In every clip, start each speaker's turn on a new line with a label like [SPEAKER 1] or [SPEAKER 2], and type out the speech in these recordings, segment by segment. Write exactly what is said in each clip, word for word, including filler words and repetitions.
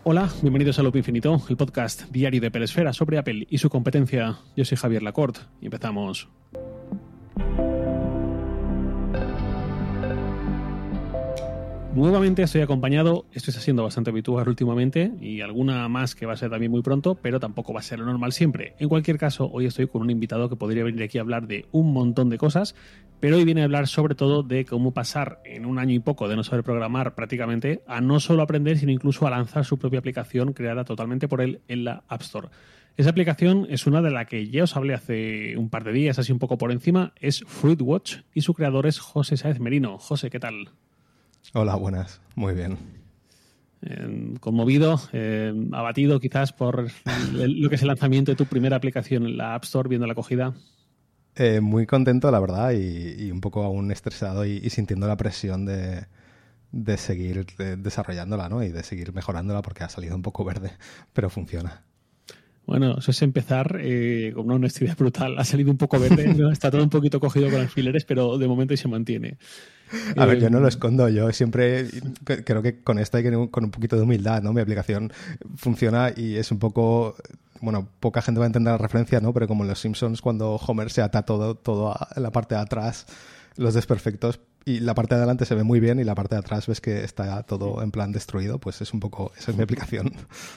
[SPEAKER 1] Hola, bienvenidos a Loop Infinito, el podcast diario de Pelesfera sobre Apple y su competencia. Yo soy Javier Lacorte y empezamos. Nuevamente estoy acompañado, esto está siendo bastante habitual últimamente y alguna más que va a ser también muy pronto, pero tampoco va a ser lo normal siempre. En cualquier caso, hoy estoy con un invitado que podría venir aquí a hablar de un montón de cosas, pero hoy viene a hablar sobre todo de cómo pasar en un año y poco de no saber programar prácticamente a no solo aprender, sino incluso a lanzar su propia aplicación creada totalmente por él en la App Store. Esa aplicación es una de la que ya os hablé hace un par de días, así un poco por encima, es FruitWatch y su creador es José Sáez Merino. José, ¿qué tal?
[SPEAKER 2] Hola, buenas. Muy bien.
[SPEAKER 1] Eh, conmovido, eh, abatido quizás por el, lo que es el lanzamiento de tu primera aplicación en la App Store, viendo la acogida.
[SPEAKER 2] Eh, muy contento, la verdad, y, y un poco aún estresado y, y sintiendo la presión de, de seguir de, desarrollándola, ¿no? Y de seguir mejorándola porque ha salido un poco verde, pero funciona.
[SPEAKER 1] Bueno, eso es empezar eh, con una honestidad brutal. Ha salido un poco verde, ¿no? Está todo un poquito cogido con alfileres, pero de momento se mantiene.
[SPEAKER 2] A
[SPEAKER 1] eh,
[SPEAKER 2] ver, yo no lo escondo, yo siempre creo que con esto hay que ir con un poquito de humildad, ¿no? Mi aplicación funciona y es un poco, bueno, poca gente va a entender la referencia, ¿no? Pero como en Los Simpsons, cuando Homer se ata todo, todo a la parte de atrás, los desperfectos, y la parte de adelante se ve muy bien y la parte de atrás ves que está todo en plan destruido, pues es un poco, esa es mi aplicación.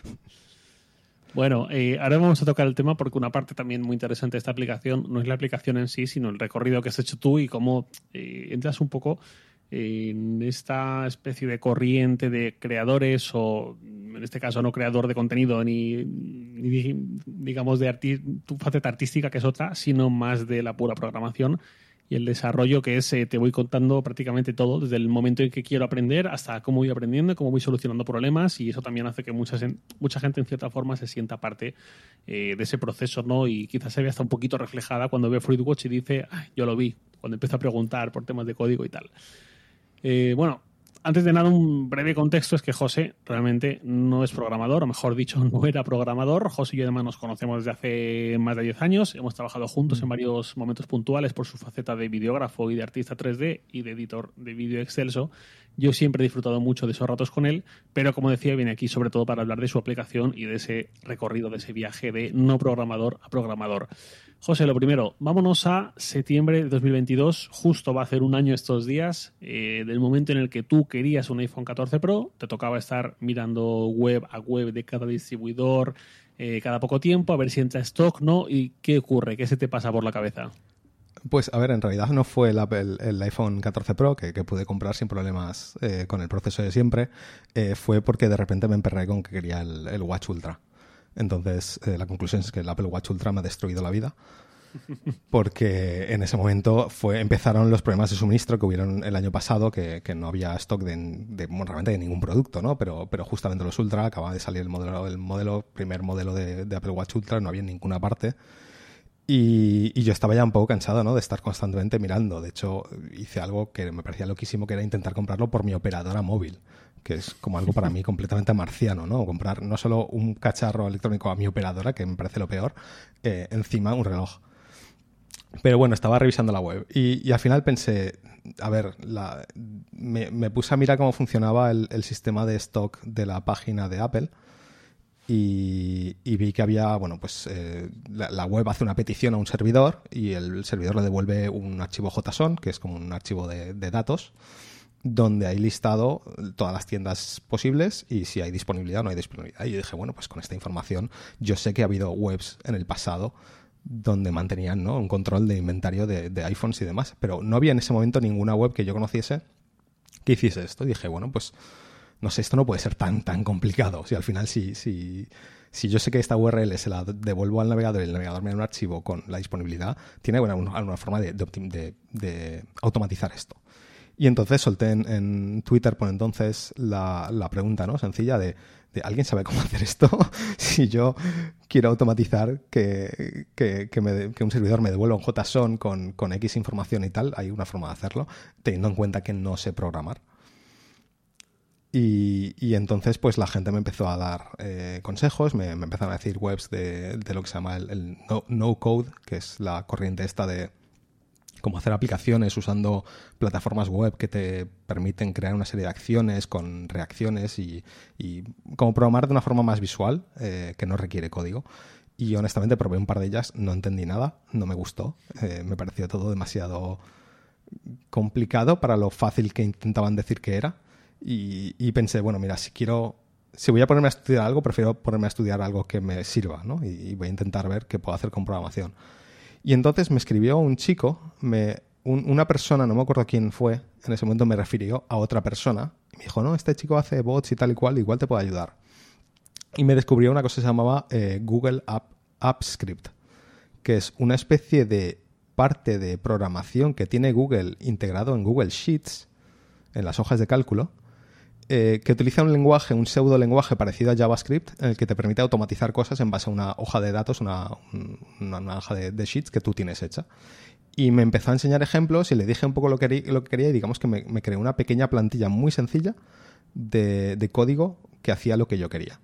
[SPEAKER 1] Bueno, eh, ahora vamos a tocar el tema porque una parte también muy interesante de esta aplicación no es la aplicación en sí, sino el recorrido que has hecho tú y cómo eh, entras un poco en esta especie de corriente de creadores o, en este caso, no creador de contenido ni, ni digamos, de arti- tu faceta artística, que es otra, sino más de la pura programación y el desarrollo, que es, eh, te voy contando prácticamente todo, desde el momento en que quiero aprender hasta cómo voy aprendiendo, cómo voy solucionando problemas, y eso también hace que mucha, mucha gente, en cierta forma, se sienta parte eh, de ese proceso, ¿no? Y quizás se vea hasta un poquito reflejada cuando ve FruitWatch y dice, "Ay, yo lo vi", cuando empieza a preguntar por temas de código y tal. Eh, bueno, antes de nada, un breve contexto es que José realmente no es programador, o mejor dicho, no era programador. José y yo además nos conocemos desde hace más de diez años. Hemos trabajado juntos en varios momentos puntuales por su faceta de videógrafo y de artista tres D y de editor de vídeo excelso. Yo siempre he disfrutado mucho de esos ratos con él, pero como decía, viene aquí sobre todo para hablar de su aplicación y de ese recorrido, de ese viaje de no programador a programador. José, lo primero, vámonos a septiembre de dos mil veintidós. Justo va a hacer un año estos días eh, del momento en el que tú querías un iPhone catorce Pro. Te tocaba estar mirando web a web de cada distribuidor eh, cada poco tiempo, a ver si entra stock, ¿no? ¿Y qué ocurre? ¿Qué se te pasa por la cabeza?
[SPEAKER 2] Pues a ver, en realidad no fue el, Apple, el iPhone catorce Pro que, que pude comprar sin problemas eh, con el proceso de siempre. Eh, fue porque de repente me emperré con que quería el, el Watch Ultra. Entonces, eh, la conclusión es que el Apple Watch Ultra me ha destruido la vida. Porque en ese momento fue, empezaron los problemas de suministro que hubieron el año pasado, que, que no había stock de, de, bueno, realmente de ningún producto, ¿no? Pero, pero justamente los Ultra, acababa de salir el modelo, el modelo primer modelo de, de Apple Watch Ultra, no había en ninguna parte. Y, y yo estaba ya un poco cansado, ¿no? De estar constantemente mirando. De hecho, hice algo que me parecía loquísimo, que era intentar comprarlo por mi operadora móvil, que es como algo para mí completamente marciano, ¿no? Comprar no solo un cacharro electrónico a mi operadora, que me parece lo peor, eh, encima un reloj. Pero bueno, estaba revisando la web y, y al final pensé, a ver, la, me, me puse a mirar cómo funcionaba el, el sistema de stock de la página de Apple y, y vi que había, bueno, pues eh, la, la web hace una petición a un servidor y el servidor le devuelve un archivo JSON, que es como un archivo de, de datos, donde hay listado todas las tiendas posibles y si hay disponibilidad o no hay disponibilidad. Y yo dije, bueno, pues con esta información yo sé que ha habido webs en el pasado donde mantenían, ¿no?, un control de inventario de, de iPhones y demás, pero no había en ese momento ninguna web que yo conociese que hiciese esto. Y dije, bueno, pues no sé, esto no puede ser tan tan complicado. Si al final, si, si, si yo sé que esta U R L se la devuelvo al navegador y el navegador me da un archivo con la disponibilidad, tiene alguna, alguna forma de, de, de, de automatizar esto. Y entonces solté en, en Twitter por entonces la, la pregunta, ¿no?, sencilla de, de ¿alguien sabe cómo hacer esto? Si yo quiero automatizar que, que, que, me, que un servidor me devuelva un JSON con, con X información y tal, hay una forma de hacerlo, teniendo en cuenta que no sé programar. Y, y entonces pues la gente me empezó a dar eh, consejos, me, me empezaron a decir webs de, de lo que se llama el, el no, no code, que es la corriente esta de como hacer aplicaciones usando plataformas web que te permiten crear una serie de acciones con reacciones y, y como programar de una forma más visual, eh, que no requiere código. Y honestamente probé un par de ellas, no entendí nada, no me gustó, eh, me pareció todo demasiado complicado para lo fácil que intentaban decir que era. Y, y pensé, bueno, mira, si quiero, si voy a ponerme a estudiar algo, prefiero ponerme a estudiar algo que me sirva, ¿no? Y, y voy a intentar ver qué puedo hacer con programación. Y entonces me escribió un chico, me, un, una persona, no me acuerdo quién fue, en ese momento me refirió a otra persona y me dijo, no, este chico hace bots y tal y cual, igual te puede ayudar. Y me descubrió una cosa que se llamaba eh, Google App, App Script, que es una especie de parte de programación que tiene Google integrado en Google Sheets, en las hojas de cálculo, eh, que utiliza un lenguaje, un pseudo lenguaje parecido a JavaScript, en el que te permite automatizar cosas en base a una hoja de datos, una, una, una hoja de, de sheets que tú tienes hecha. Y me empezó a enseñar ejemplos y le dije un poco lo que, lo que quería y digamos que me, me creó una pequeña plantilla muy sencilla de, de código que hacía lo que yo quería.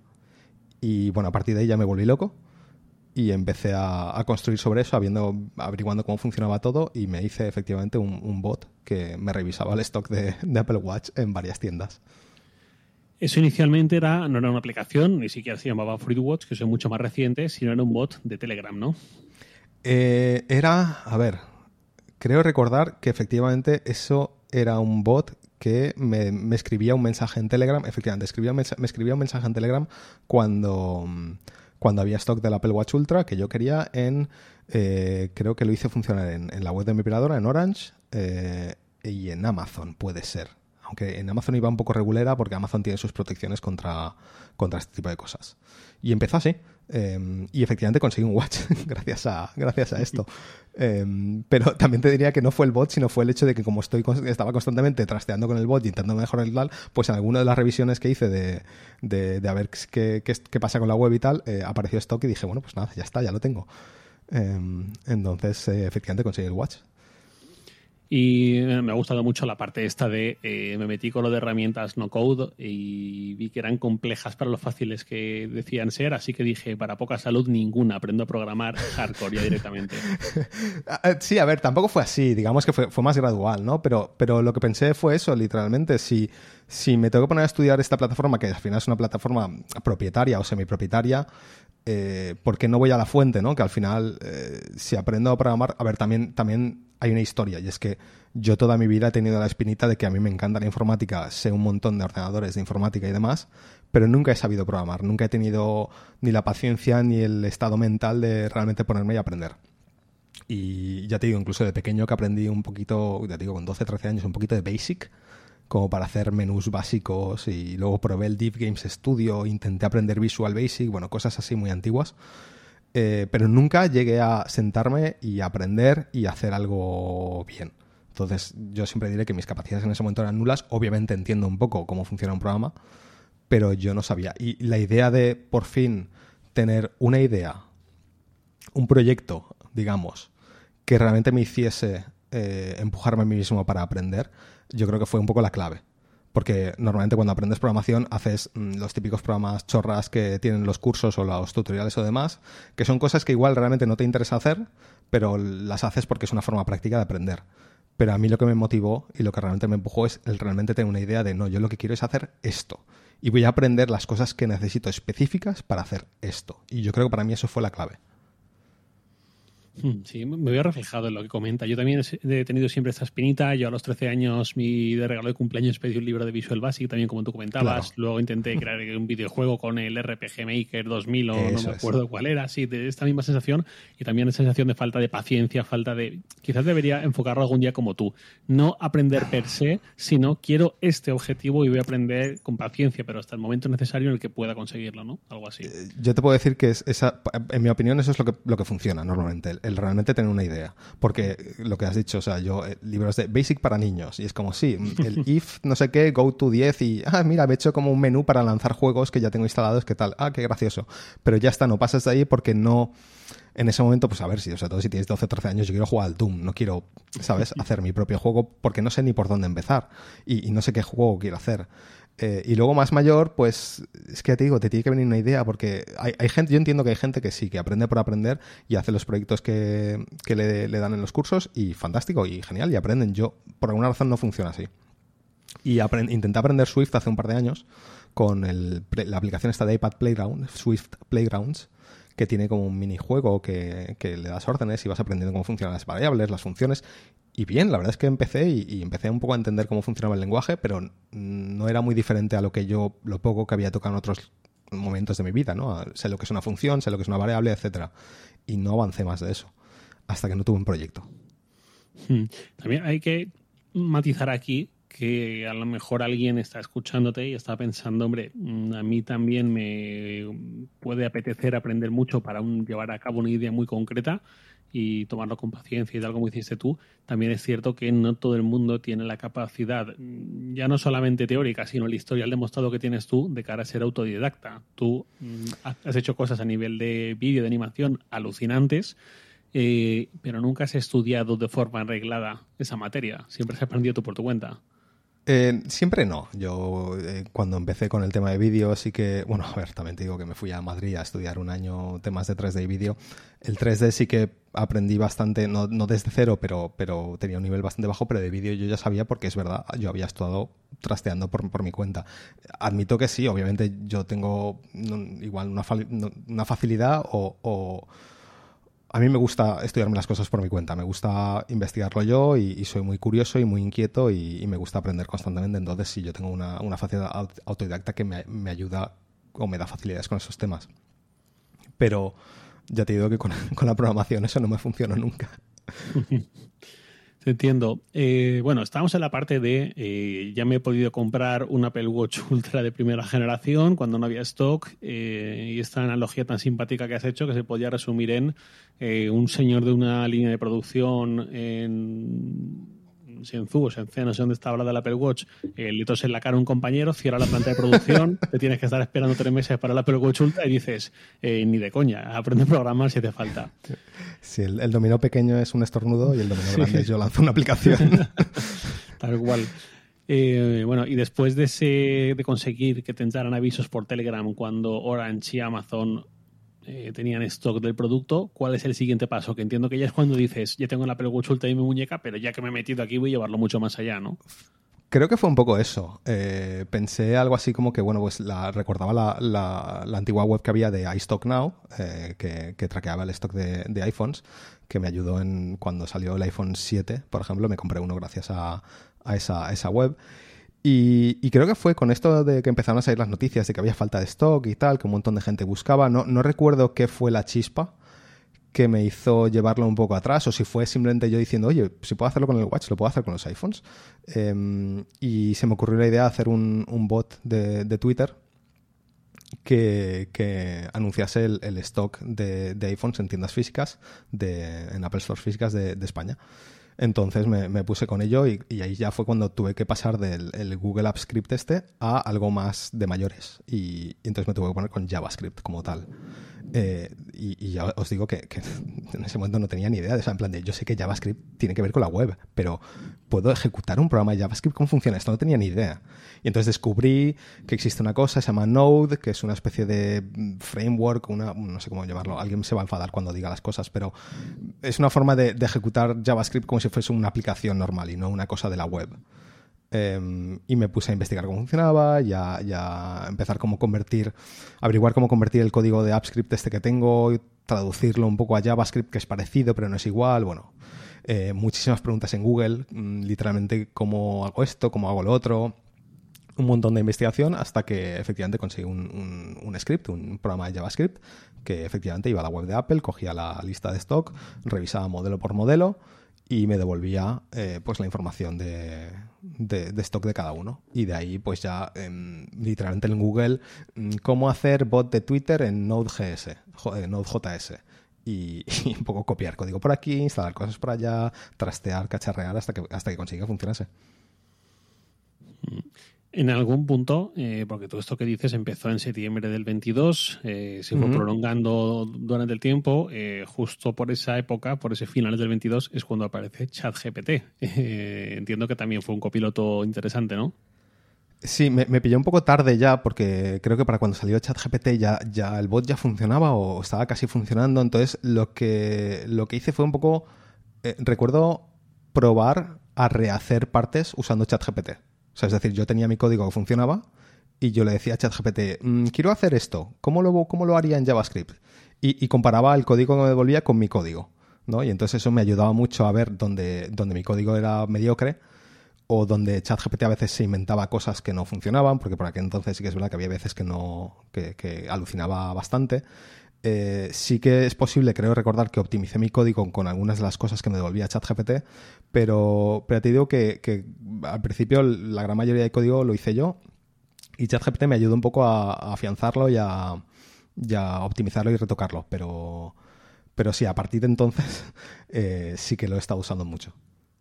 [SPEAKER 2] Y bueno, a partir de ahí ya me volví loco y empecé a, a construir sobre eso, habiendo, averiguando cómo funcionaba todo, y me hice efectivamente un, un bot que me revisaba el stock de, de Apple Watch en varias tiendas.
[SPEAKER 1] Eso inicialmente era, no era una aplicación, ni siquiera se llamaba FruitWatch, que son mucho más recientes, sino era un bot de Telegram, ¿no?
[SPEAKER 2] Eh, era, a ver, creo recordar que efectivamente eso era un bot que me, me escribía un mensaje en Telegram. Efectivamente, escribía, me escribía un mensaje en Telegram cuando, cuando había stock del Apple Watch Ultra que yo quería en, eh, creo que lo hice funcionar en, en la web de mi operadora, en Orange, eh, y en Amazon, puede ser. Aunque en Amazon iba un poco regulera porque Amazon tiene sus protecciones contra, contra este tipo de cosas. Y empezó así. Eh, y efectivamente conseguí un watch gracias a, gracias a esto. Eh, pero también te diría que no fue el bot, sino fue el hecho de que como estoy estaba constantemente trasteando con el bot y intentando mejorar el tal, pues en alguna de las revisiones que hice de, de, de a ver qué, qué, qué pasa con la web y tal, eh, apareció stock y dije, bueno, pues nada, ya está, ya lo tengo. Eh, entonces, eh, efectivamente conseguí el watch.
[SPEAKER 1] Y me ha gustado mucho la parte esta de eh, me metí con lo de herramientas no code y vi que eran complejas para lo fáciles que decían ser, así que dije, para poca salud ninguna, aprendo a programar hardcore ya directamente.
[SPEAKER 2] Sí, a ver, tampoco fue así, digamos que fue, fue más gradual, ¿no? Pero, pero lo que pensé fue eso, literalmente, si, si me tengo que poner a estudiar esta plataforma, que al final es una plataforma propietaria o semipropietaria, eh, ¿por qué no voy a la fuente, ¿no? Que al final, eh, si aprendo a programar, a ver, también, también hay una historia, y es que yo toda mi vida he tenido la espinita de que a mí me encanta la informática, sé un montón de ordenadores de informática y demás, pero nunca he sabido programar, nunca he tenido ni la paciencia ni el estado mental de realmente ponerme y aprender. Y ya te digo, incluso de pequeño que aprendí un poquito, ya te digo, con doce, trece años, un poquito de Basic, como para hacer menús básicos, y luego probé el Deep Games Studio, intenté aprender Visual Basic, bueno, cosas así muy antiguas. Eh, pero nunca llegué a sentarme y aprender y hacer algo bien. Entonces yo siempre diré que mis capacidades en ese momento eran nulas. Obviamente entiendo un poco cómo funciona un programa, pero yo no sabía. Y la idea de por fin tener una idea, un proyecto, digamos, que realmente me hiciese eh, empujarme a mí mismo para aprender, yo creo que fue un poco la clave. Porque normalmente cuando aprendes programación haces mmm, los típicos programas chorras que tienen los cursos o los tutoriales o demás, que son cosas que igual realmente no te interesa hacer, pero las haces porque es una forma práctica de aprender. Pero a mí lo que me motivó y lo que realmente me empujó es el realmente tener una idea de no, yo lo que quiero es hacer esto. Y voy a aprender las cosas que necesito específicas para hacer esto. Y yo creo que para mí eso fue la clave.
[SPEAKER 1] Sí, me veo reflejado en lo que comenta. Yo también he tenido siempre esta espinita. Yo a los trece años, mi de regalo de cumpleaños pedí un libro de Visual Basic, también como tú comentabas. Claro. Luego intenté crear un videojuego con el R P G Maker dos mil o Eso no me acuerdo es. cuál era. Sí, de esta misma sensación y también la sensación de falta de paciencia, falta de... Quizás debería enfocarlo algún día como tú. No aprender per se, sino quiero este objetivo y voy a aprender con paciencia, pero hasta el momento necesario en el que pueda conseguirlo, ¿no? Algo así.
[SPEAKER 2] Yo te puedo decir que es esa, en mi opinión eso es lo que, lo que funciona normalmente. El realmente tener una idea, porque lo que has dicho, o sea, yo eh, libros de Basic para niños y es como sí, el if no sé qué, go to diez y ah, mira, me he hecho como un menú para lanzar juegos que ya tengo instalados, qué tal, ah, qué gracioso, pero ya está, no pasas de ahí porque no, en ese momento, pues a ver, si, o sea, todo si tienes doce o trece años, yo quiero jugar al Doom, no quiero, ¿sabes?, hacer mi propio juego porque no sé ni por dónde empezar y, y no sé qué juego quiero hacer. Eh, y luego más mayor, pues es que ya te digo, te tiene que venir una idea, porque hay, hay gente, yo entiendo que hay gente que sí, que aprende por aprender y hace los proyectos que, que le, le dan en los cursos y fantástico y genial y aprenden. Yo, por alguna razón, no funciona así. Y aprend, intenté aprender Swift hace un par de años con el, la aplicación esta de iPad Playground, Swift Playgrounds, que tiene como un minijuego que, que le das órdenes y vas aprendiendo cómo funcionan las variables, las funciones. Y bien, la verdad es que empecé y, y empecé un poco a entender cómo funcionaba el lenguaje, pero no era muy diferente a lo que yo, lo poco que había tocado en otros momentos de mi vida, ¿no? Sé lo que es una función, sé lo que es una variable, etcétera. Y no avancé más de eso, hasta que no tuve un proyecto.
[SPEAKER 1] También hay que matizar aquí que a lo mejor alguien está escuchándote y está pensando, hombre, a mí también me puede apetecer aprender mucho para un, llevar a cabo una idea muy concreta y tomarlo con paciencia y tal como hiciste tú. También es cierto que no todo el mundo tiene la capacidad, ya no solamente teórica, sino el historial demostrado que tienes tú de cara a ser autodidacta. Tú has hecho cosas a nivel de vídeo, de animación, alucinantes, eh, pero nunca has estudiado de forma arreglada esa materia. Siempre has aprendido tú por tu cuenta.
[SPEAKER 2] Eh, siempre no. Yo eh, cuando empecé con el tema de vídeo sí que, bueno, a ver, también te digo que me fui a Madrid a estudiar un año temas de tres D y vídeo. El tres D sí que aprendí bastante, no, no desde cero, pero, pero tenía un nivel bastante bajo, pero de vídeo yo ya sabía porque es verdad, yo había estado trasteando por, por mi cuenta. Admito que sí, obviamente yo tengo no, igual una, no, una facilidad o... o a mí me gusta estudiarme las cosas por mi cuenta, me gusta investigarlo yo y, y soy muy curioso y muy inquieto y, y me gusta aprender constantemente. Entonces sí, yo tengo una, una facilidad autodidacta que me, me ayuda o me da facilidades con esos temas. Pero ya te digo que con, con la programación eso no me funciona nunca.
[SPEAKER 1] Te entiendo. Eh, bueno, estamos en la parte de eh, ya me he podido comprar un Apple Watch Ultra de primera generación cuando no había stock eh, y esta analogía tan simpática que has hecho que se podía resumir en eh, un señor de una línea de producción en Shenzhou o Shenzhen, no sé dónde está hablando del Apple Watch, eh, le tose en la cara a un compañero, cierra la planta de producción, te tienes que estar esperando tres meses para el Apple Watch Ultra y dices, eh, ni de coña, aprende a programar si te falta.
[SPEAKER 2] Sí, el, el dominó pequeño es un estornudo y el dominó grande es yo lanzo una aplicación.
[SPEAKER 1] Tal cual. Eh, bueno, y después de, ese, de conseguir que te entraran avisos por Telegram cuando Orange y Amazon eh, tenían stock del producto, ¿cuál es el siguiente paso? Que entiendo que ya es cuando dices, ya tengo el Apple Watch Ultra y mi muñeca, pero ya que me he metido aquí voy a llevarlo mucho más allá, ¿no?
[SPEAKER 2] Creo que fue un poco eso. Eh, pensé algo así como que, bueno, pues la, recordaba la, la, la antigua web que había de iStock Now, eh, que, que traqueaba el stock de, de iPhones, que me ayudó en cuando salió el iPhone siete, por ejemplo, me compré uno gracias a, a, esa, a esa web. Y, y creo que fue con esto de que empezaron a salir las noticias de que había falta de stock y tal, que un montón de gente buscaba. No, no recuerdo qué fue la chispa que me hizo llevarlo un poco atrás, o si fue simplemente yo diciendo, oye, si puedo hacerlo con el Watch, lo puedo hacer con los iPhones. Eh, y se me ocurrió la idea de hacer un, un bot de, de Twitter que, que anunciase el, el stock de, de iPhones en tiendas físicas, de, en Apple Stores físicas de, de España. Entonces me, me puse con ello y, y ahí ya fue cuando tuve que pasar del el Google Apps Script este a algo más de mayores. Y, y entonces me tuve que poner con JavaScript como tal. Eh, y, y ya os digo que, que en ese momento no tenía ni idea de eso. En plan de, yo sé que JavaScript tiene que ver con la web, pero ¿puedo ejecutar un programa de JavaScript? ¿Cómo funciona esto? No tenía ni idea. Y entonces descubrí que existe una cosa, se llama Node, que es una especie de framework, una, no sé cómo llamarlo, alguien se va a enfadar cuando diga las cosas, pero es una forma de, de ejecutar JavaScript como si fuese una aplicación normal y no una cosa de la web. Eh, y me puse a investigar cómo funcionaba, ya, ya empezar cómo convertir, averiguar cómo convertir el código de AppScript este que tengo, traducirlo un poco a JavaScript, que es parecido pero no es igual. Bueno, eh, muchísimas preguntas en Google, literalmente cómo hago esto, cómo hago lo otro, un montón de investigación hasta que efectivamente conseguí un, un, un script, un programa de JavaScript que efectivamente iba a la web de Apple, cogía la lista de stock, revisaba modelo por modelo y me devolvía eh, pues la información de, de, de stock de cada uno. Y de ahí pues ya eh, literalmente en Google cómo hacer bot de Twitter en Node.js, Node.js. Y, y un poco copiar código por aquí, instalar cosas por allá, trastear, cacharrear hasta que, hasta que consiga que funcionase.
[SPEAKER 1] En algún punto, eh, porque todo esto que dices empezó en septiembre del veintidós, eh, se fue uh-huh. prolongando durante el tiempo, eh, justo por esa época, por ese finales del veintidós, es cuando aparece ChatGPT. Eh, entiendo que también fue un copiloto interesante, ¿no?
[SPEAKER 2] Sí, me, me pilló un poco tarde ya porque creo que para cuando salió ChatGPT ya, ya el bot ya funcionaba o estaba casi funcionando. Entonces lo que, lo que hice fue un poco, eh, recuerdo probar a rehacer partes usando ChatGPT. O sea, es decir, yo tenía mi código que funcionaba y yo le decía a ChatGPT, mmm, quiero hacer esto, ¿cómo lo, cómo lo haría en JavaScript? Y, y comparaba el código que me devolvía con mi código, ¿no? Y entonces eso me ayudaba mucho a ver dónde, dónde mi código era mediocre o donde ChatGPT a veces se inventaba cosas que no funcionaban, porque por aquel entonces sí que es verdad que había veces que no que, que alucinaba bastante. Eh, sí que es posible, creo recordar, que optimicé mi código con algunas de las cosas que me devolvía ChatGPT, pero, pero te digo que, que al principio la gran mayoría de código lo hice yo y ChatGPT me ayudó un poco a, a afianzarlo y a, y a optimizarlo y retocarlo, pero, pero sí, a partir de entonces eh, sí que lo he estado usando mucho.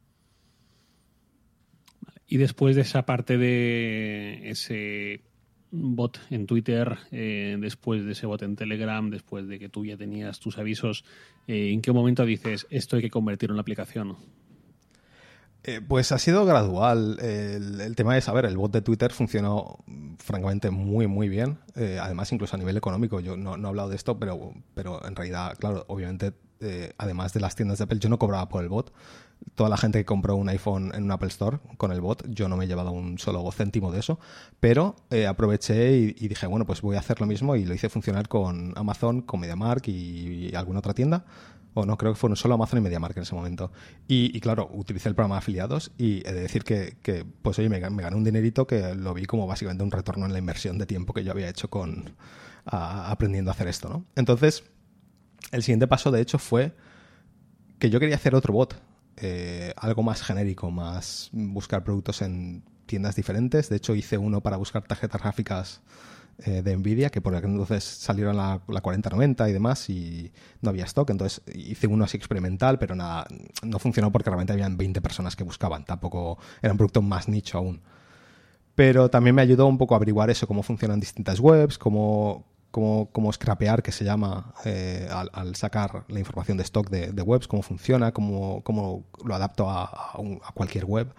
[SPEAKER 1] Y después de esa parte de ese bot en Twitter, eh, después de ese bot en Telegram, después de que tú ya tenías tus avisos, eh, ¿en qué momento dices esto hay que convertirlo en una aplicación?
[SPEAKER 2] Eh, pues ha sido gradual. El, el tema es, a ver, el bot de Twitter funcionó francamente muy, muy bien. Eh, además, incluso a nivel económico, yo no, no he hablado de esto, pero, pero en realidad, claro, obviamente, eh, además de las tiendas de Apple, yo no cobraba por el bot. Toda la gente que compró un iPhone en un Apple Store con el bot, yo no me he llevado un solo céntimo de eso, pero eh, aproveché y, y dije, bueno, pues voy a hacer lo mismo y lo hice funcionar con Amazon, con MediaMarkt y, y alguna otra tienda. O no, creo que fueron solo Amazon y MediaMarkt en ese momento. Y, y claro, utilicé el programa de afiliados y he de decir que, que pues oye, me, me gané un dinerito que lo vi como básicamente un retorno en la inversión de tiempo que yo había hecho con a, aprendiendo a hacer esto, ¿no? Entonces, el siguiente paso, de hecho, fue que yo quería hacer otro bot. Eh, algo más genérico, más buscar productos en tiendas diferentes. De hecho, hice uno para buscar tarjetas gráficas eh, de Nvidia, que por aquel entonces salieron la, la cuarenta noventa y demás y no había stock. Entonces hice uno así experimental, pero nada, no funcionó porque realmente habían veinte personas que buscaban. Tampoco era un producto más nicho aún. Pero también me ayudó un poco a averiguar eso, cómo funcionan distintas webs, cómo... Cómo, cómo scrapear, que se llama, eh, al, al sacar la información de stock de, de webs, cómo funciona, cómo, cómo lo adapto a, a, un, a cualquier web.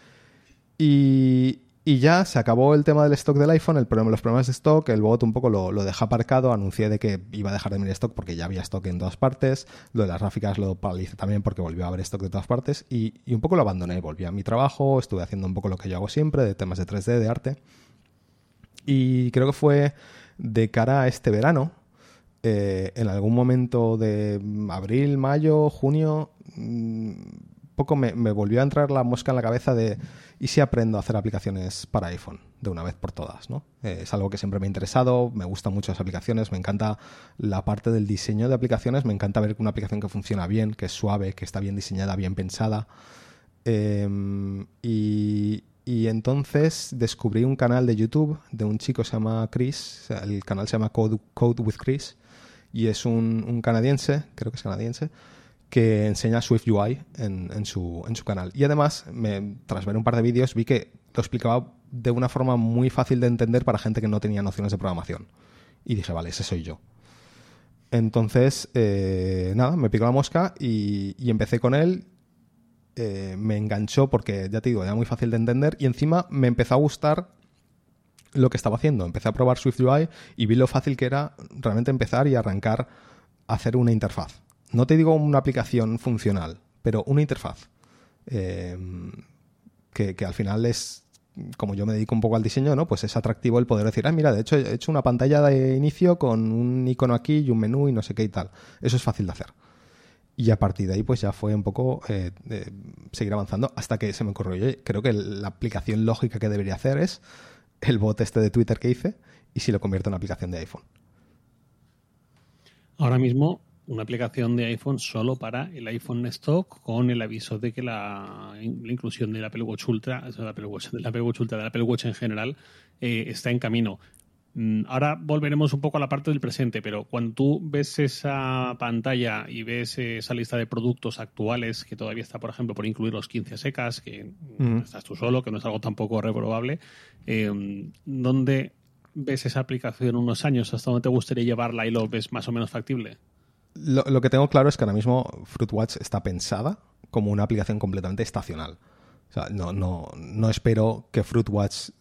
[SPEAKER 2] Y, y ya se acabó el tema del stock del iPhone, el problema, los problemas de stock, el bot un poco lo, lo dejé aparcado, anuncié de que iba a dejar de venir stock porque ya había stock en todas partes, lo de las gráficas lo paralicé también porque volvió a haber stock de todas partes y, y un poco lo abandoné, volví a mi trabajo, estuve haciendo un poco lo que yo hago siempre, de temas de tres D, de arte. Y creo que fue de cara a este verano, eh, en algún momento de abril, mayo, junio, mmm, poco me, me volvió a entrar la mosca en la cabeza de ¿y si aprendo a hacer aplicaciones para iPhone de una vez por todas? ¿No? Eh, es algo que siempre me ha interesado, me gustan mucho las aplicaciones, me encanta la parte del diseño de aplicaciones, me encanta ver una aplicación que funciona bien, que es suave, que está bien diseñada, bien pensada. Eh, y... Y entonces descubrí un canal de YouTube de un chico que se llama Chris, el canal se llama Code, Code with Chris, y es un, un canadiense, creo que es canadiense, que enseña SwiftUI en, en, su, en su canal. Y además, me, tras ver un par de vídeos, vi que lo explicaba de una forma muy fácil de entender para gente que no tenía nociones de programación. Y dije, vale, ese soy yo. Entonces, eh, nada, me picó la mosca y, y empecé con él. Eh, me enganchó porque, ya te digo, era muy fácil de entender y encima me empezó a gustar lo que estaba haciendo. Empecé a probar SwiftUI y vi lo fácil que era realmente empezar y arrancar a hacer una interfaz. No te digo una aplicación funcional, pero una interfaz. Eh, que, que al final es, como yo me dedico un poco al diseño, ¿no? Pues es atractivo el poder decir, ah, mira, de hecho he hecho una pantalla de inicio con un icono aquí y un menú y no sé qué y tal. Eso es fácil de hacer. Y a partir de ahí pues ya fue un poco eh, eh, seguir avanzando hasta que se me ocurrió, oye, creo que la aplicación lógica que debería hacer es el bot este de Twitter que hice y si lo convierto en aplicación de iPhone.
[SPEAKER 1] Ahora mismo una aplicación de iPhone solo para el iPhone stock con el aviso de que la, la inclusión del Apple Watch Ultra, o sea, del Apple Watch, del Apple Watch Ultra, del Apple Watch en general, eh, está en camino. Ahora volveremos un poco a la parte del presente, pero cuando tú ves esa pantalla y ves esa lista de productos actuales, que todavía está, por ejemplo, por incluir los quince secas, que mm. estás tú solo, que no es algo tampoco reprobable, eh, ¿dónde ves esa aplicación unos años? ¿Hasta dónde te gustaría llevarla y lo ves más o menos factible?
[SPEAKER 2] Lo, lo que tengo claro es que ahora mismo FruitWatch está pensada como una aplicación completamente estacional. O sea, no, no, no espero que FruitWatch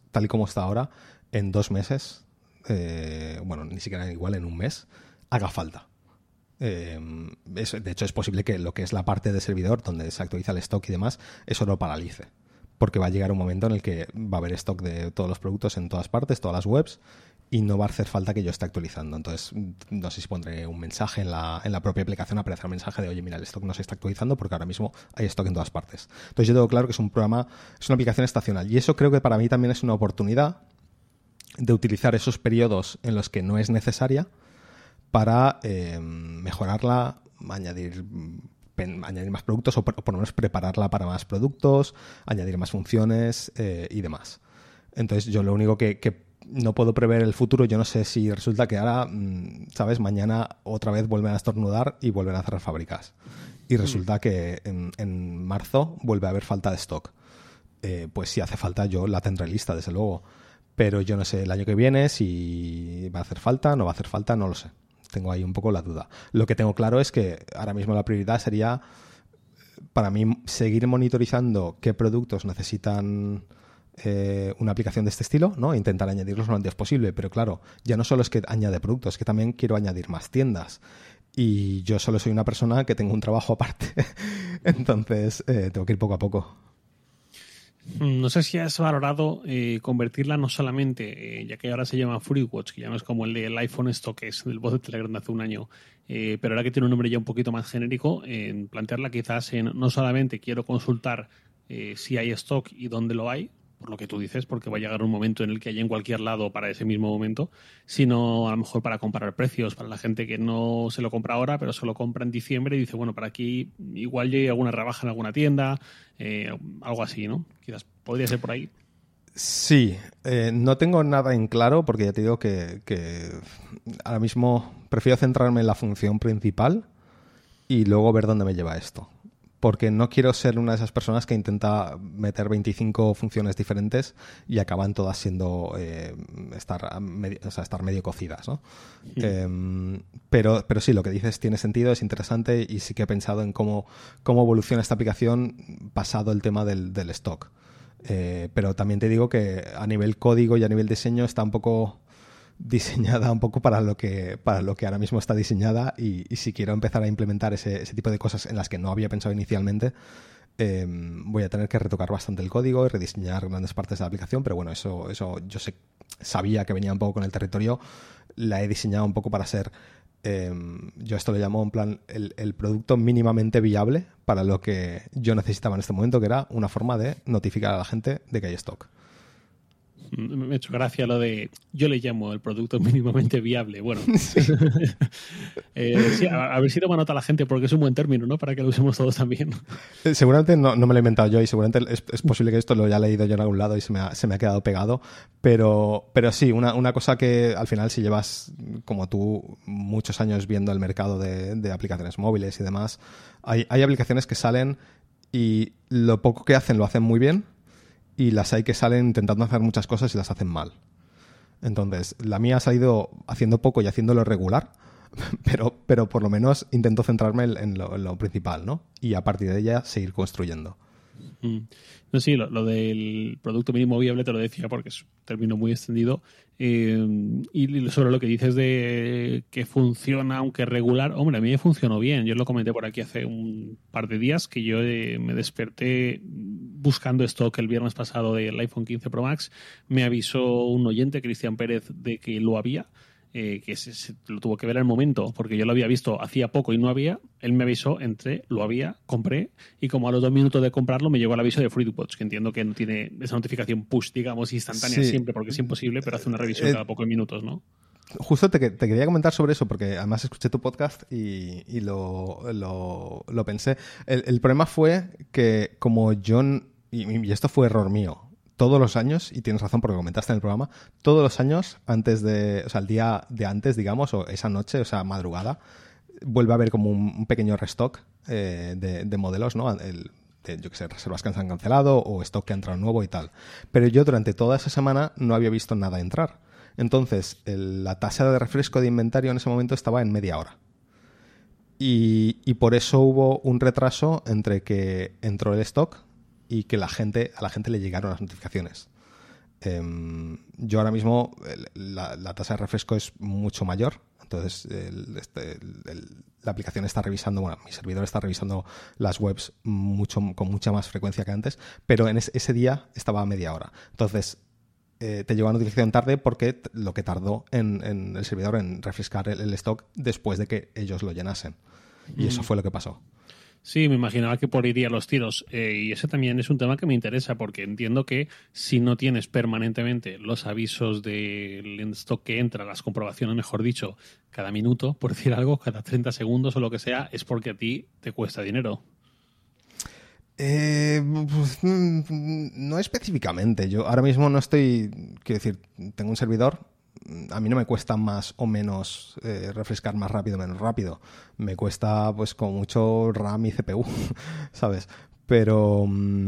[SPEAKER 2] tal y como está ahora, en dos meses, eh, bueno, ni siquiera igual en un mes, haga falta. Eh, es, de hecho, es posible que lo que es la parte de servidor, donde se actualiza el stock y demás, eso lo paralice. Porque va a llegar un momento en el que va a haber stock de todos los productos en todas partes, todas las webs, y no va a hacer falta que yo esté actualizando. Entonces, no sé si pondré un mensaje en la, en la propia aplicación, aparecerá un mensaje de, oye, mira, el stock no se está actualizando porque ahora mismo hay stock en todas partes. Entonces, yo tengo claro que es un programa, es una aplicación estacional. Y eso creo que para mí también es una oportunidad de utilizar esos periodos en los que no es necesaria para eh, mejorarla, añadir... añadir más productos o por, o por lo menos prepararla para más productos, añadir más funciones eh, y demás. Entonces yo lo único que, que no puedo prever el futuro, yo no sé si resulta que ahora, ¿sabes? Mañana otra vez vuelven a estornudar y vuelven a cerrar fábricas. Y resulta mm. que en, en marzo vuelve a haber falta de stock. Eh, pues si hace falta yo la tendré lista, desde luego. Pero yo no sé el año que viene si va a hacer falta, no va a hacer falta, no lo sé. Tengo ahí un poco la duda. Lo que tengo claro es que ahora mismo la prioridad sería, para mí, seguir monitorizando qué productos necesitan eh, una aplicación de este estilo, ¿no? Intentar añadirlos lo antes posible. Pero claro, ya no solo es que añade productos, es que también quiero añadir más tiendas. Y yo solo soy una persona que tengo un trabajo aparte. Entonces, eh, tengo que ir poco a poco.
[SPEAKER 1] No sé si has valorado eh, convertirla no solamente, eh, ya que ahora se llama FreeWatch, que ya no es como el del iPhone esto que es del bot de Telegram de hace un año, eh, pero ahora que tiene un nombre ya un poquito más genérico, en plantearla quizás en no solamente quiero consultar eh, si hay stock y dónde lo hay, por lo que tú dices, porque va a llegar un momento en el que haya en cualquier lado para ese mismo momento, sino a lo mejor para comparar precios, para la gente que no se lo compra ahora, pero se lo compra en diciembre y dice, bueno, para aquí igual llegue alguna rebaja en alguna tienda, eh, algo así, ¿no? Quizás podría ser por ahí.
[SPEAKER 2] Sí, eh, no tengo nada en claro porque ya te digo que, que ahora mismo prefiero centrarme en la función principal y luego ver dónde me lleva esto. Porque no quiero ser una de esas personas que intenta meter veinticinco funciones diferentes y acaban todas siendo eh, estar, medio, o sea, estar medio cocidas, ¿no? Sí. Eh, pero, pero sí, lo que dices tiene sentido, es interesante y sí que he pensado en cómo, cómo evoluciona esta aplicación pasado el tema del, del stock. Eh, pero también te digo que a nivel código y a nivel diseño está un poco diseñada un poco para lo que para lo que ahora mismo está diseñada y, y si quiero empezar a implementar ese, ese tipo de cosas en las que no había pensado inicialmente, eh, voy a tener que retocar bastante el código y rediseñar grandes partes de la aplicación, pero bueno, eso, eso yo sé, sabía que venía un poco con el territorio, la he diseñado un poco para ser, eh, yo esto lo llamo en plan el, el producto mínimamente viable para lo que yo necesitaba en este momento, que era una forma de notificar a la gente de que hay stock.
[SPEAKER 1] Me ha hecho gracia lo de, yo le llamo el producto mínimamente viable. Bueno, sí, eh, sí a, a ver si toma nota la gente porque es un buen término, ¿no? Para que lo usemos todos también.
[SPEAKER 2] Seguramente no, no me lo he inventado yo y seguramente es, es posible que esto lo haya leído yo en algún lado y se me ha, se me ha quedado pegado, pero, pero sí, una, una cosa que al final si llevas, como tú, muchos años viendo el mercado de, de aplicaciones móviles y demás, hay, hay aplicaciones que salen y lo poco que hacen lo hacen muy bien, y las hay que salen intentando hacer muchas cosas y las hacen mal. Entonces, la mía ha salido haciendo poco y haciéndolo regular, pero, pero por lo menos intento centrarme en lo, en lo principal, ¿no? Y a partir de ella seguir construyendo.
[SPEAKER 1] Mm. No, sí, lo, lo del producto mínimo viable te lo decía porque es un término muy extendido. Eh, y sobre lo que dices de que funciona, aunque regular, hombre, a mí me funcionó bien. Yo lo comenté por aquí hace un par de días que yo eh, me desperté buscando stock el viernes pasado del iPhone quince Pro Max. Me avisó un oyente, Cristian Pérez, de que lo había. Eh, que se, se lo tuvo que ver al momento porque yo lo había visto hacía poco y no había. Él me avisó, entré, lo había, compré y como a los dos minutos de comprarlo me llegó el aviso de FreeWatch, que entiendo que no tiene esa notificación push, digamos, instantánea sí. siempre porque es imposible, pero hace una revisión eh, cada pocos minutos, ¿no?
[SPEAKER 2] Justo te, te quería comentar sobre eso porque además escuché tu podcast y, y lo, lo, lo pensé. El, el problema fue que como yo, y, y esto fue error mío, todos los años, y tienes razón porque comentaste en el programa, todos los años, antes de, o sea, el día de antes, digamos, o esa noche, o sea, madrugada, vuelve a haber como un, un pequeño restock eh, de, de modelos, ¿no? El, de, yo qué sé, reservas que se han cancelado o stock que ha entrado nuevo y tal. Pero yo durante toda esa semana no había visto nada entrar. Entonces, el, la tasa de refresco de inventario en ese momento estaba en media hora. Y, y por eso hubo un retraso entre que entró el stock y que la gente, a la gente le llegaron las notificaciones. Eh, yo ahora mismo la, la tasa de refresco es mucho mayor, entonces el, este, el, el, la aplicación está revisando, bueno, mi servidor está revisando las webs mucho, con mucha más frecuencia que antes, pero en ese, ese día estaba a media hora. Entonces eh, te llegó la notificación tarde porque t- lo que tardó en, en el servidor en refrescar el, el stock después de que ellos lo llenasen. Y mm. eso fue lo que pasó.
[SPEAKER 1] Sí, me imaginaba que por iría los tiros. Eh, y ese también es un tema que me interesa porque entiendo que si no tienes permanentemente los avisos del stock que entra, las comprobaciones, mejor dicho, cada minuto, por decir algo, cada treinta segundos o lo que sea, es porque a ti te cuesta dinero.
[SPEAKER 2] Eh, pues, no específicamente. Yo ahora mismo no estoy... Quiero decir, tengo un servidor... A mí no me cuesta más o menos eh, refrescar más rápido o menos rápido. Me cuesta, pues, con mucho RAM y C P U, ¿sabes? Pero,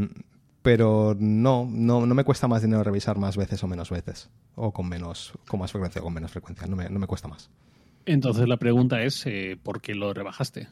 [SPEAKER 2] pero no, no, no me cuesta más dinero revisar más veces o menos veces. O con menos, con más frecuencia o con menos frecuencia. No me, no me cuesta más.
[SPEAKER 1] Entonces la pregunta es, eh, ¿por qué lo rebajaste?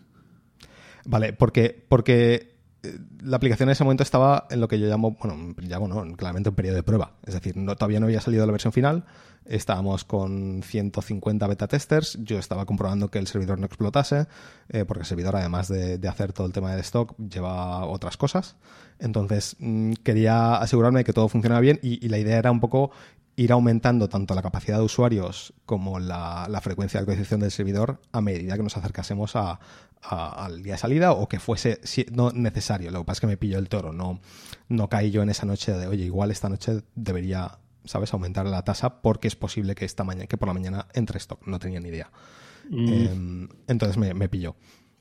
[SPEAKER 2] Vale, porque... porque la aplicación en ese momento estaba en lo que yo llamo, bueno, llamo no, claramente un periodo de prueba. Es decir, no, todavía no había salido la versión final, estábamos con ciento cincuenta beta testers, yo estaba comprobando que el servidor no explotase, eh, porque el servidor, además de, de hacer todo el tema del stock, lleva otras cosas. Entonces, mmm, quería asegurarme de que todo funcionaba bien y, y la idea era un poco ir aumentando tanto la capacidad de usuarios como la, la frecuencia de actualización del servidor a medida que nos acercásemos a, a, al día de salida o que fuese si, no necesario. Lo que pasa es que me pilló el toro. No, no caí yo en esa noche de, oye, igual esta noche debería, ¿sabes?, aumentar la tasa porque es posible que esta mañana, que por la mañana entre stock. No tenía ni idea. Mm. Eh, entonces me, me pilló.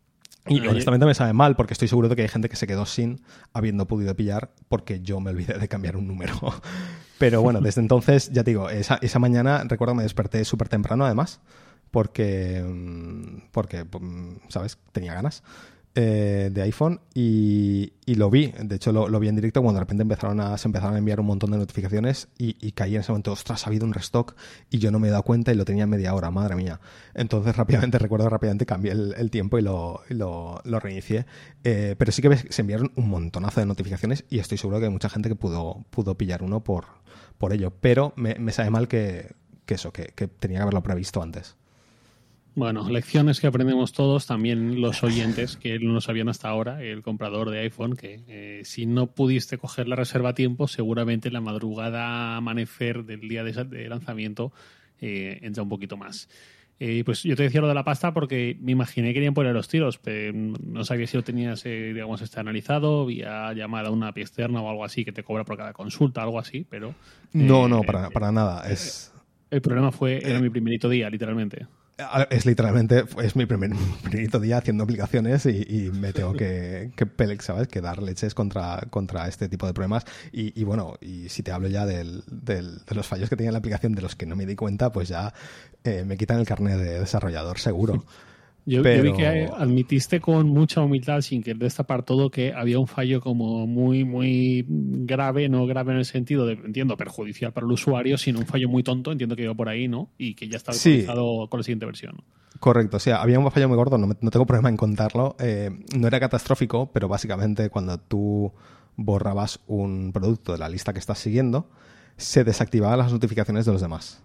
[SPEAKER 2] Y ah, honestamente me sabe mal porque estoy seguro de que hay gente que se quedó sin habiendo podido pillar porque yo me olvidé de cambiar un número. Pero bueno, desde entonces, ya te digo, esa, esa mañana recuerdo me desperté súper temprano además porque, porque, ¿sabes? Tenía ganas eh, de iPhone y, y lo vi. De hecho, lo, lo vi en directo cuando de repente empezaron a, se empezaron a enviar un montón de notificaciones y, y caí en ese momento, ostras, ha habido un restock y yo no me he dado cuenta y lo tenía en media hora, madre mía. Entonces rápidamente, recuerdo rápidamente, cambié el, el tiempo y lo, y lo, lo reinicié. Eh, pero sí que se enviaron un montonazo de notificaciones y estoy seguro que hay mucha gente que pudo, pudo pillar uno por, por ello. Pero me, me sabe mal que, que eso, que, que tenía que haberlo previsto antes.
[SPEAKER 1] Bueno, lecciones que aprendemos todos, también los oyentes que no lo sabían hasta ahora, el comprador de iPhone, que eh, si no pudiste coger la reserva a tiempo, seguramente la madrugada amanecer del día de, de lanzamiento eh, entra un poquito más. Eh, pues yo te decía lo de la pasta porque me imaginé que querían poner los tiros, pero no sabía si lo tenías, eh, digamos, está analizado, vía llamada a una A P I externa o algo así que te cobra por cada consulta, algo así, pero... Eh,
[SPEAKER 2] no, no, para, para nada. Es...
[SPEAKER 1] El problema fue, era eh... mi primerito día, literalmente.
[SPEAKER 2] Es literalmente, es mi primer, primerito día haciendo aplicaciones y, y me tengo que, que, ¿sabes?, que dar leches contra, contra este tipo de problemas. Y, y bueno, y si te hablo ya del, del, de los fallos que tenía en la aplicación de los que no me di cuenta, pues ya eh, me quitan el carnet de desarrollador seguro.
[SPEAKER 1] Yo, Pero... yo vi que admitiste con mucha humildad, sin querer destapar todo, que había un fallo como muy, muy grave, no grave en el sentido de, entiendo, perjudicial para el usuario, sino un fallo muy tonto, entiendo que iba por ahí, ¿no? Y que ya está actualizado sí. con la siguiente versión.
[SPEAKER 2] Correcto, o sea, había un fallo muy gordo, no, me, no tengo problema en contarlo. Eh, no era catastrófico, pero básicamente cuando tú borrabas un producto de la lista que estás siguiendo, se desactivaban las notificaciones de los demás.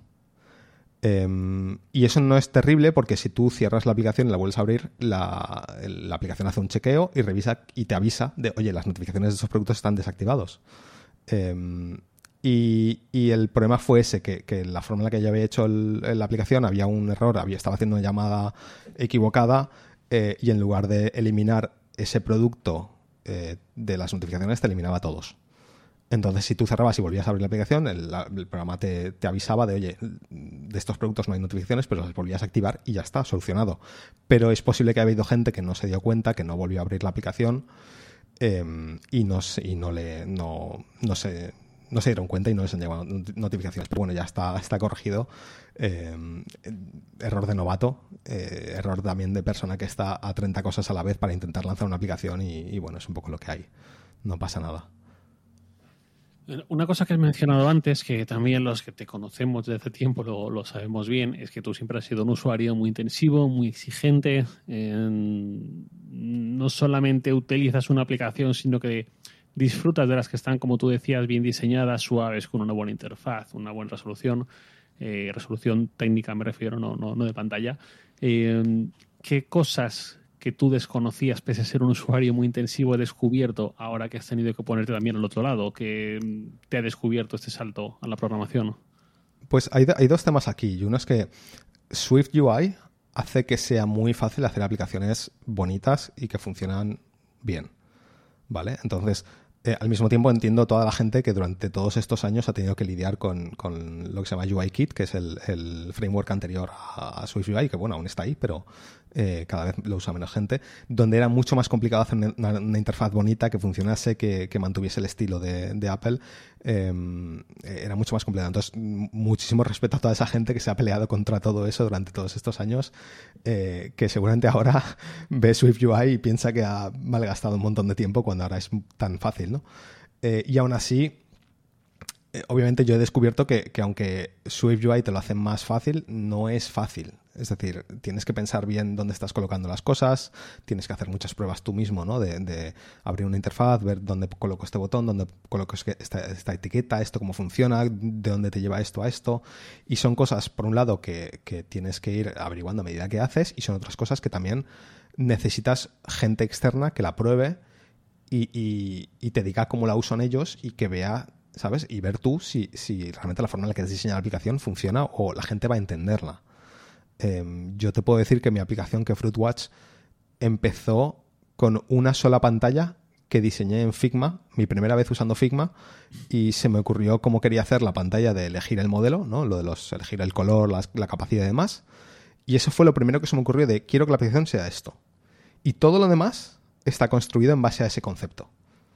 [SPEAKER 2] Um, y eso no es terrible porque si tú cierras la aplicación y la vuelves a abrir, la, la aplicación hace un chequeo y revisa y te avisa de, oye, las notificaciones de esos productos están desactivados. Um, y, y el problema fue ese, que, que la forma en la que yo había hecho el, la aplicación había un error, había, estaba haciendo una llamada equivocada eh, y en lugar de eliminar ese producto eh, de las notificaciones, te eliminaba todos. Entonces, si tú cerrabas y volvías a abrir la aplicación, el, el programa te, te avisaba de, oye, de estos productos no hay notificaciones, pero los volvías a activar y ya está, solucionado. Pero es posible que haya habido gente que no se dio cuenta, que no volvió a abrir la aplicación eh, y, no, y no, le, no, no, se, no se dieron cuenta y no les han llegado notificaciones. Pero bueno, ya está, está corregido. Eh, error de novato, eh, error también de persona que está a treinta cosas a la vez para intentar lanzar una aplicación y, y bueno, es un poco lo que hay. No pasa nada.
[SPEAKER 1] Una cosa que has mencionado antes, que también los que te conocemos desde hace tiempo lo, lo sabemos bien, es que tú siempre has sido un usuario muy intensivo, muy exigente. Eh, no solamente utilizas una aplicación, sino que disfrutas de las que están, como tú decías, bien diseñadas, suaves, con una buena interfaz, una buena resolución. Eh, resolución técnica me refiero, no, no, no de pantalla. Eh, ¿Qué cosas que tú desconocías, pese a ser un usuario muy intensivo, he descubierto ahora que has tenido que ponerte también al otro lado, que te ha descubierto este salto a la programación?
[SPEAKER 2] Pues hay, hay dos temas aquí. Y uno es que Swift U I hace que sea muy fácil hacer aplicaciones bonitas y que funcionan bien, ¿vale? Entonces, eh, al mismo tiempo entiendo toda la gente que durante todos estos años ha tenido que lidiar con, con lo que se llama UIKit, que es el, el framework anterior a, a Swift U I, que bueno, aún está ahí, pero eh, cada vez lo usa menos gente, donde era mucho más complicado hacer una, una, una interfaz bonita que funcionase, que, que mantuviese el estilo de, de Apple. Eh, era mucho más complicado. Entonces, muchísimo respeto a toda esa gente que se ha peleado contra todo eso durante todos estos años, eh, que seguramente ahora ve Swift U I y piensa que ha malgastado un montón de tiempo cuando ahora es tan fácil, ¿no? Eh, y aún así, eh, obviamente yo he descubierto que, que aunque Swift U I te lo hace más fácil, no es fácil. Es decir, tienes que pensar bien dónde estás colocando las cosas, tienes que hacer muchas pruebas tú mismo, ¿no? De, de abrir una interfaz, ver dónde coloco este botón, dónde coloco esta, esta etiqueta, esto cómo funciona, de dónde te lleva esto a esto. Y son cosas, por un lado, que, que tienes que ir averiguando a medida que haces, y son otras cosas que también necesitas gente externa que la pruebe y, y, y te diga cómo la usan ellos y que vea, ¿sabes? Y ver tú si, si realmente la forma en la que has diseñado la aplicación funciona o la gente va a entenderla. Eh, yo te puedo decir que mi aplicación, que FruitWatch, empezó con una sola pantalla que diseñé en Figma, mi primera vez usando Figma, y se me ocurrió cómo quería hacer la pantalla de elegir el modelo, ¿no? Lo de los elegir el color, la, la capacidad y demás. Y eso fue lo primero que se me ocurrió de quiero que la aplicación sea esto. Y todo lo demás está construido en base a ese concepto.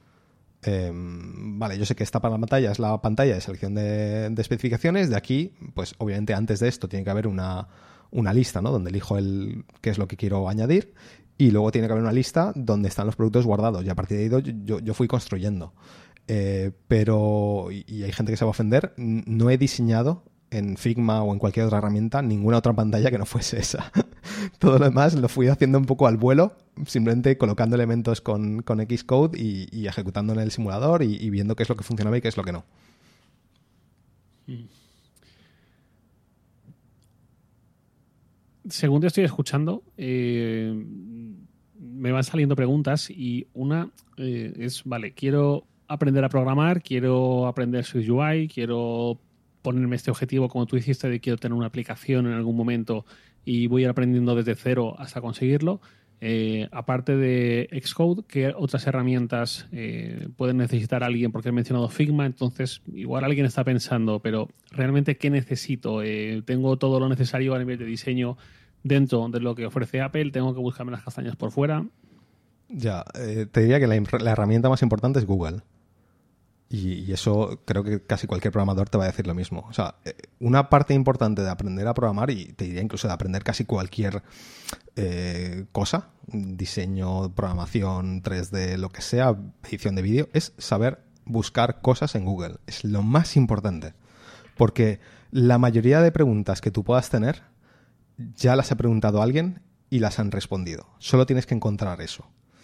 [SPEAKER 2] Eh, vale, yo sé que esta pantalla es la pantalla de selección de, de especificaciones. De aquí, pues obviamente antes de esto tiene que haber una, una lista, ¿no? Donde elijo el qué es lo que quiero añadir, y luego tiene que haber una lista donde están los productos guardados, y a partir de ahí yo, yo fui construyendo. Eh, pero, y, y hay gente que se va a ofender, no he diseñado en Figma o en cualquier otra herramienta ninguna otra pantalla que no fuese esa. Todo lo demás lo fui haciendo un poco al vuelo, simplemente colocando elementos con, con Xcode y, y ejecutando en el simulador y, y viendo qué es lo que funcionaba y qué es lo que no.
[SPEAKER 1] Según te estoy escuchando, eh, me van saliendo preguntas, y una eh, es, vale, quiero aprender a programar, quiero aprender Swift U I, quiero ponerme este objetivo, como tú hiciste, de quiero tener una aplicación en algún momento y voy a ir aprendiendo desde cero hasta conseguirlo. Eh, aparte de Xcode, ¿qué otras herramientas eh, puede necesitar alguien? Porque he mencionado Figma, entonces igual alguien está pensando, pero ¿realmente qué necesito? Eh, ¿Tengo todo lo necesario a nivel de diseño dentro de lo que ofrece Apple? ¿Tengo que buscarme las castañas por fuera?
[SPEAKER 2] Ya, eh, te diría que la, la herramienta más importante es Google. Y, y eso creo que casi cualquier programador te va a decir lo mismo. O sea, una parte importante de aprender a programar, y te diría incluso de aprender casi cualquier eh, cosa, diseño, programación, tres D, lo que sea, edición de vídeo, es saber buscar cosas en Google. Es lo más importante. Porque la mayoría de preguntas que tú puedas tener ya las ha preguntado a alguien y las han respondido. Solo tienes que encontrar eso.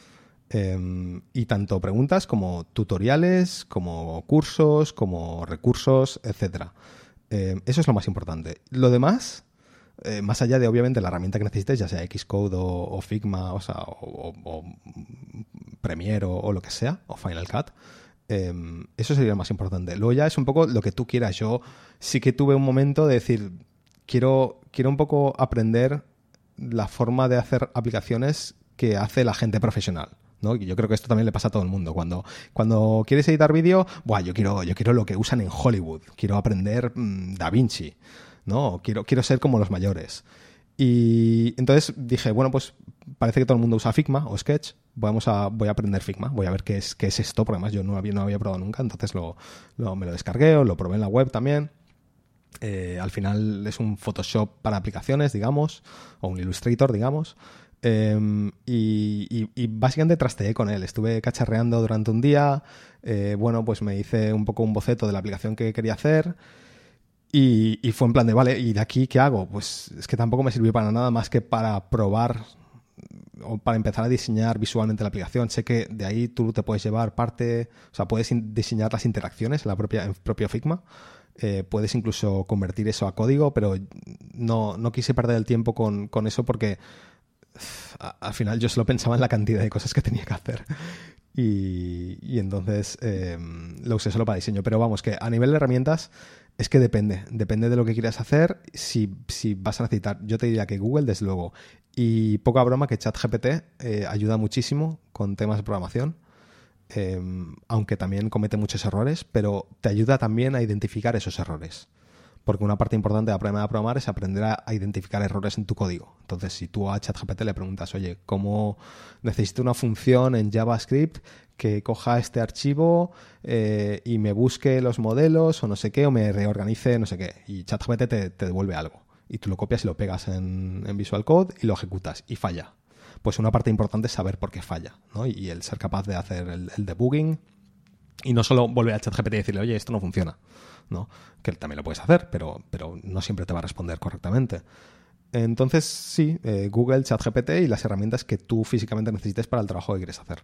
[SPEAKER 2] Eh, y tanto preguntas como tutoriales, como cursos, como recursos, etcétera. Eh, eso es lo más importante. Lo demás, eh, más allá de obviamente la herramienta que necesites, ya sea Xcode o, o Figma, o, sea, o, o, o Premiere o, o lo que sea, o Final Cut, eh, eso sería lo más importante. Luego ya es un poco lo que tú quieras. Yo sí que tuve un momento de decir, quiero, quiero un poco aprender la forma de hacer aplicaciones que hace la gente profesional, ¿no? Y yo creo que esto también le pasa a todo el mundo. Cuando, cuando quieres editar vídeo, buah, yo quiero, yo quiero lo que usan en Hollywood. Quiero aprender mmm, DaVinci, ¿no? Quiero, quiero ser como los mayores. Y entonces dije, bueno, pues parece que todo el mundo usa Figma o Sketch. Vamos a, voy a aprender Figma. Voy a ver qué es, qué es esto, porque además yo no había, no había probado nunca. Entonces lo, lo, me lo descargué, o lo probé en la web también. Eh, al final es un Photoshop para aplicaciones, digamos, o un Illustrator, digamos. Eh, y, y, y básicamente trasteé con él. Estuve cacharreando durante un día. Eh, bueno, pues me hice un poco un boceto de la aplicación que quería hacer. Y, y fue en plan de, vale, ¿y de aquí qué hago? Pues es que tampoco me sirvió para nada más que para probar o para empezar a diseñar visualmente la aplicación. Sé que de ahí tú te puedes llevar parte, o sea, puedes in- diseñar las interacciones en la propia, en propio Figma. Eh, puedes incluso convertir eso a código, pero no, no quise perder el tiempo con, con eso porque a, al final yo solo pensaba en la cantidad de cosas que tenía que hacer. Y, y entonces eh, lo usé solo para diseño. Pero vamos, que a nivel de herramientas es que depende. Depende de lo que quieras hacer. Si, si vas a necesitar, yo te diría que Google, desde luego. Y poca broma que ChatGPT eh, ayuda muchísimo con temas de programación. Eh, aunque también comete muchos errores, pero te ayuda también a identificar esos errores. Porque una parte importante de aprender a programar es aprender a, a identificar errores en tu código. Entonces, si tú a ChatGPT le preguntas, oye, ¿cómo necesito una función en JavaScript que coja este archivo eh, y me busque los modelos o no sé qué, o me reorganice no sé qué? Y ChatGPT te, te devuelve algo. Y tú lo copias y lo pegas en, en Visual Code y lo ejecutas y falla. Pues una parte importante es saber por qué falla, ¿no? Y el ser capaz de hacer el, el debugging y no solo volver a ChatGPT y decirle, oye, esto no funciona, ¿no? Que también lo puedes hacer, pero, pero no siempre te va a responder correctamente. Entonces, sí, eh, Google, ChatGPT y las herramientas que tú físicamente necesites para el trabajo que quieres hacer.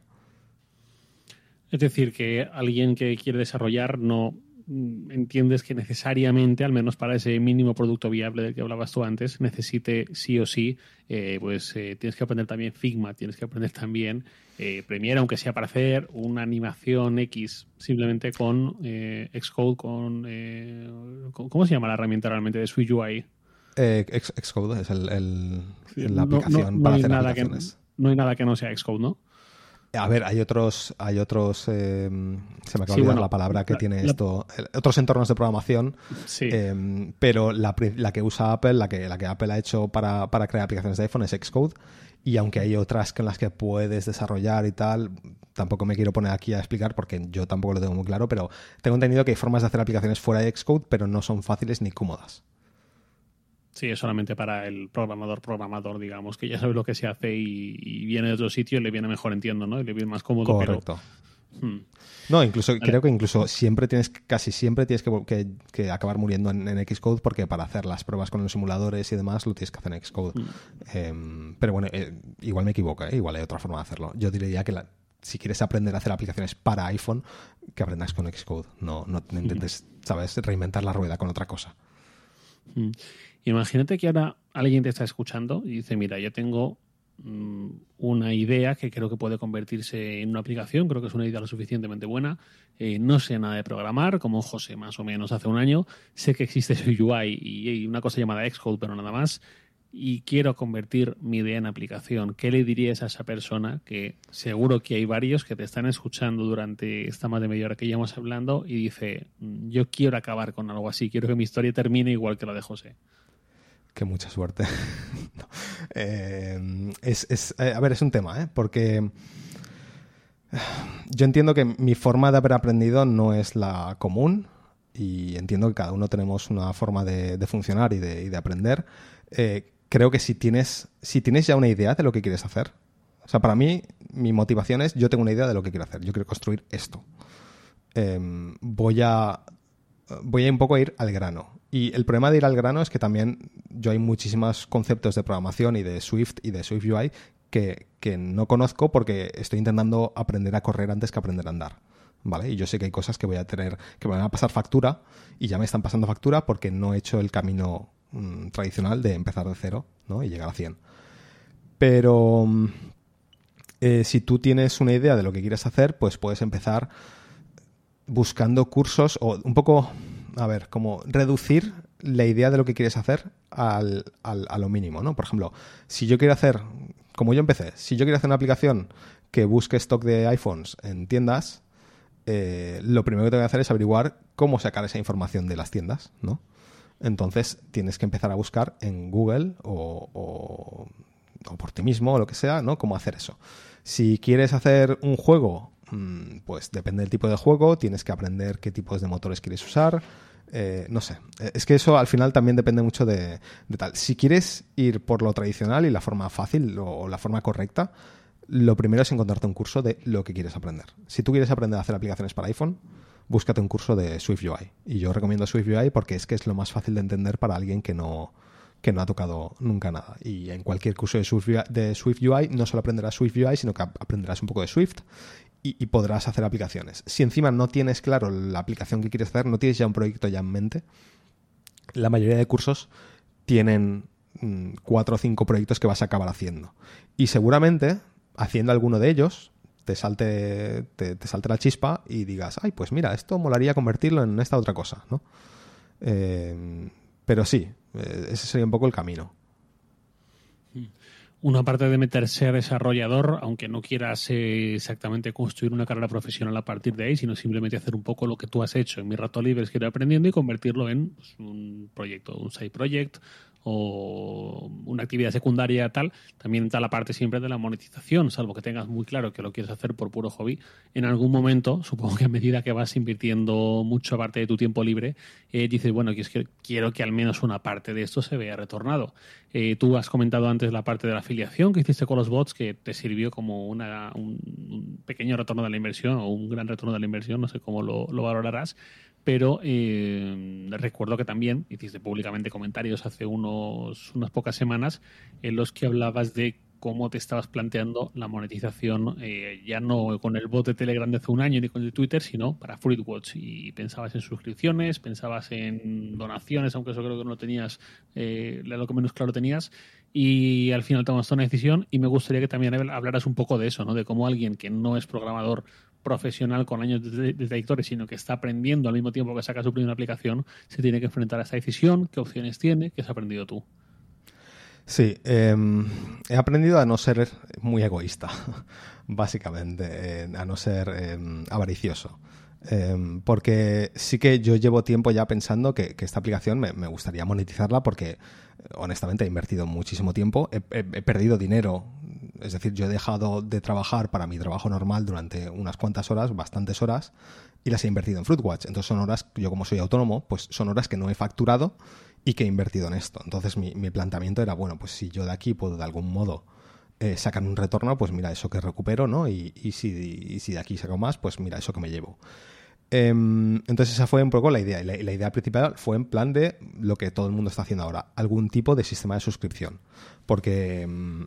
[SPEAKER 1] Es decir, que alguien que quiere desarrollar no entiendes que necesariamente, al menos para ese mínimo producto viable del que hablabas tú antes, necesite sí o sí, eh, pues eh, tienes que aprender también Figma, tienes que aprender también eh, Premiere, aunque sea para hacer una animación X simplemente con eh, Xcode, con, eh, con... ¿Cómo se llama la herramienta realmente de SwiftUI?
[SPEAKER 2] Eh, Xcode es el, el,
[SPEAKER 1] Sí,
[SPEAKER 2] la
[SPEAKER 1] no,
[SPEAKER 2] aplicación
[SPEAKER 1] no, no
[SPEAKER 2] para
[SPEAKER 1] hay
[SPEAKER 2] hacer
[SPEAKER 1] nada
[SPEAKER 2] aplicaciones.
[SPEAKER 1] Que, no hay nada que no sea Xcode, ¿no?
[SPEAKER 2] A ver, hay otros, hay otros, eh, se me acaba de
[SPEAKER 1] Sí,
[SPEAKER 2] olvidar
[SPEAKER 1] bueno,
[SPEAKER 2] la palabra que
[SPEAKER 1] la,
[SPEAKER 2] tiene
[SPEAKER 1] la,
[SPEAKER 2] esto, otros entornos de programación,
[SPEAKER 1] sí.
[SPEAKER 2] eh, pero la, la que usa Apple, la que, la que Apple ha hecho para, para crear aplicaciones de iPhone es Xcode, y aunque hay otras con las que puedes desarrollar y tal, tampoco me quiero poner aquí a explicar porque yo tampoco lo tengo muy claro, pero tengo entendido que hay formas de hacer aplicaciones fuera de Xcode, pero no son fáciles ni cómodas.
[SPEAKER 1] Sí, es solamente para el programador programador, digamos, que ya sabe lo que se hace y, y viene de otro sitio y le viene mejor, entiendo, ¿no? Y le viene más cómodo.
[SPEAKER 2] Correcto.
[SPEAKER 1] Pero, hmm.
[SPEAKER 2] No, incluso
[SPEAKER 1] Vale.
[SPEAKER 2] creo que incluso siempre tienes, casi siempre tienes que, que, que acabar muriendo en, en Xcode porque para hacer las pruebas con los simuladores y demás lo tienes que hacer en Xcode. Mm. Eh, pero bueno, eh, igual me equivoco, ¿eh? Igual hay otra forma de hacerlo. Yo diría que la, si quieres aprender a hacer aplicaciones para iPhone, que aprendas con Xcode. No, no intentes, mm. ¿sabes?, reinventar la rueda con otra cosa.
[SPEAKER 1] Mm. Imagínate que ahora alguien te está escuchando y dice, mira, yo tengo mmm, una idea que creo que puede convertirse en una aplicación, creo que es una idea lo suficientemente buena, eh, no sé nada de programar, como José más o menos hace un año, sé que existe SwiftUI y, y una cosa llamada Xcode, pero nada más, y quiero convertir mi idea en aplicación. ¿Qué le dirías a esa persona que seguro que hay varios que te están escuchando durante esta más de media hora que llevamos hablando y dice, yo quiero acabar con algo así, quiero que mi historia termine igual que la de José?
[SPEAKER 2] Que mucha suerte. no. eh, es, es, eh, a ver, es un tema, ¿eh? Porque yo entiendo que mi forma de haber aprendido no es la común y entiendo que cada uno tenemos una forma de, de funcionar y de, y de aprender. Eh, creo que si tienes, si tienes ya una idea de lo que quieres hacer, o sea, para mí mi motivación es, yo tengo una idea de lo que quiero hacer, yo quiero construir esto. Eh, voy a voy a un poco a ir al grano. Y el problema de ir al grano es que también yo hay muchísimos conceptos de programación y de Swift y de SwiftUI que, que no conozco porque estoy intentando aprender a correr antes que aprender a andar, ¿vale? Y yo sé que hay cosas que voy a tener, que me van a pasar factura y ya me están pasando factura porque no he hecho el camino mmm, tradicional de empezar de cero, ¿no? Y llegar a cien. Pero eh, si tú tienes una idea de lo que quieres hacer, pues puedes empezar buscando cursos o un poco, a ver, como reducir la idea de lo que quieres hacer al, al, a lo mínimo, ¿no? Por ejemplo, si yo quiero hacer, como yo empecé, si yo quiero hacer una aplicación que busque stock de iPhones en tiendas, eh, lo primero que tengo que hacer es averiguar cómo sacar esa información de las tiendas, ¿no? Entonces tienes que empezar a buscar en Google o, o, o por ti mismo o lo que sea, ¿no? Cómo hacer eso. Si quieres hacer un juego, pues depende del tipo de juego, tienes que aprender qué tipos de motores quieres usar, eh, no sé, es que eso al final también depende mucho de, de tal. Si quieres ir por lo tradicional y la forma fácil o la forma correcta, lo primero es encontrarte un curso de lo que quieres aprender. Si tú quieres aprender a hacer aplicaciones para iPhone, búscate un curso de SwiftUI, y yo recomiendo SwiftUI porque es que es lo más fácil de entender para alguien que no, que no ha tocado nunca nada. Y en cualquier curso de Swift, de Swift U I no solo aprenderás Swift U I, sino que aprenderás un poco de Swift y, y podrás hacer aplicaciones. Si encima no tienes claro la aplicación que quieres hacer, no tienes ya un proyecto ya en mente, la mayoría de cursos tienen mmm, cuatro o cinco proyectos que vas a acabar haciendo. Y seguramente, haciendo alguno de ellos, te salte, te, te salte la chispa y digas, ay, pues mira, esto molaría convertirlo en esta otra cosa, ¿no? Eh, pero sí, eh, ese sería un poco el camino.
[SPEAKER 1] Una parte de meterse a desarrollador, aunque no quieras eh, exactamente construir una carrera profesional a partir de ahí, sino simplemente hacer un poco lo que tú has hecho en mi rato libre, es que ir aprendiendo y convertirlo en pues, un proyecto, un side project o una actividad secundaria tal, también está la parte siempre de la monetización, salvo que tengas muy claro que lo quieres hacer por puro hobby. En algún momento, supongo que a medida que vas invirtiendo mucha parte de tu tiempo libre, eh, dices, bueno, que es que quiero que al menos una parte de esto se vea retornado. Eh, tú has comentado antes la parte de la afiliación que hiciste con los bots, que te sirvió como una, un, un pequeño retorno de la inversión o un gran retorno de la inversión, no sé cómo lo, lo valorarás. Pero eh, recuerdo que también hiciste públicamente comentarios hace unos, unas pocas semanas en los que hablabas de cómo te estabas planteando la monetización, eh, ya no con el bot de Telegram de hace un año ni con el de Twitter, sino para Fruitwatch. Y pensabas en suscripciones, pensabas en donaciones, aunque eso creo que no lo tenías, eh, lo que menos claro tenías. Y al final tomaste una decisión y me gustaría que también hablaras un poco de eso, ¿no? De cómo alguien que no es programador profesional con años de, de trayectoria, sino que está aprendiendo al mismo tiempo que saca su primera aplicación, se tiene que enfrentar a esa decisión, qué opciones tiene, qué has aprendido tú.
[SPEAKER 2] Sí, eh, he aprendido a no ser muy egoísta, básicamente, eh, a no ser eh, avaricioso. Eh, porque sí que yo llevo tiempo ya pensando que, que esta aplicación me, me gustaría monetizarla porque honestamente he invertido muchísimo tiempo, he, he, he perdido dinero, es decir, yo he dejado de trabajar para mi trabajo normal durante unas cuantas horas, bastantes horas, y las he invertido en Fruitwatch. Entonces son horas, yo como soy autónomo, pues son horas que no he facturado y que he invertido en esto. Entonces mi, mi planteamiento era, bueno, pues si yo de aquí puedo de algún modo eh, sacar un retorno, pues mira, eso que recupero, ¿no? Y, y, si, y si de aquí saco más, pues mira, eso que me llevo. Eh, entonces esa fue un poco la idea. Y la, la idea principal fue en plan de lo que todo el mundo está haciendo ahora, algún tipo de sistema de suscripción. Porque eh,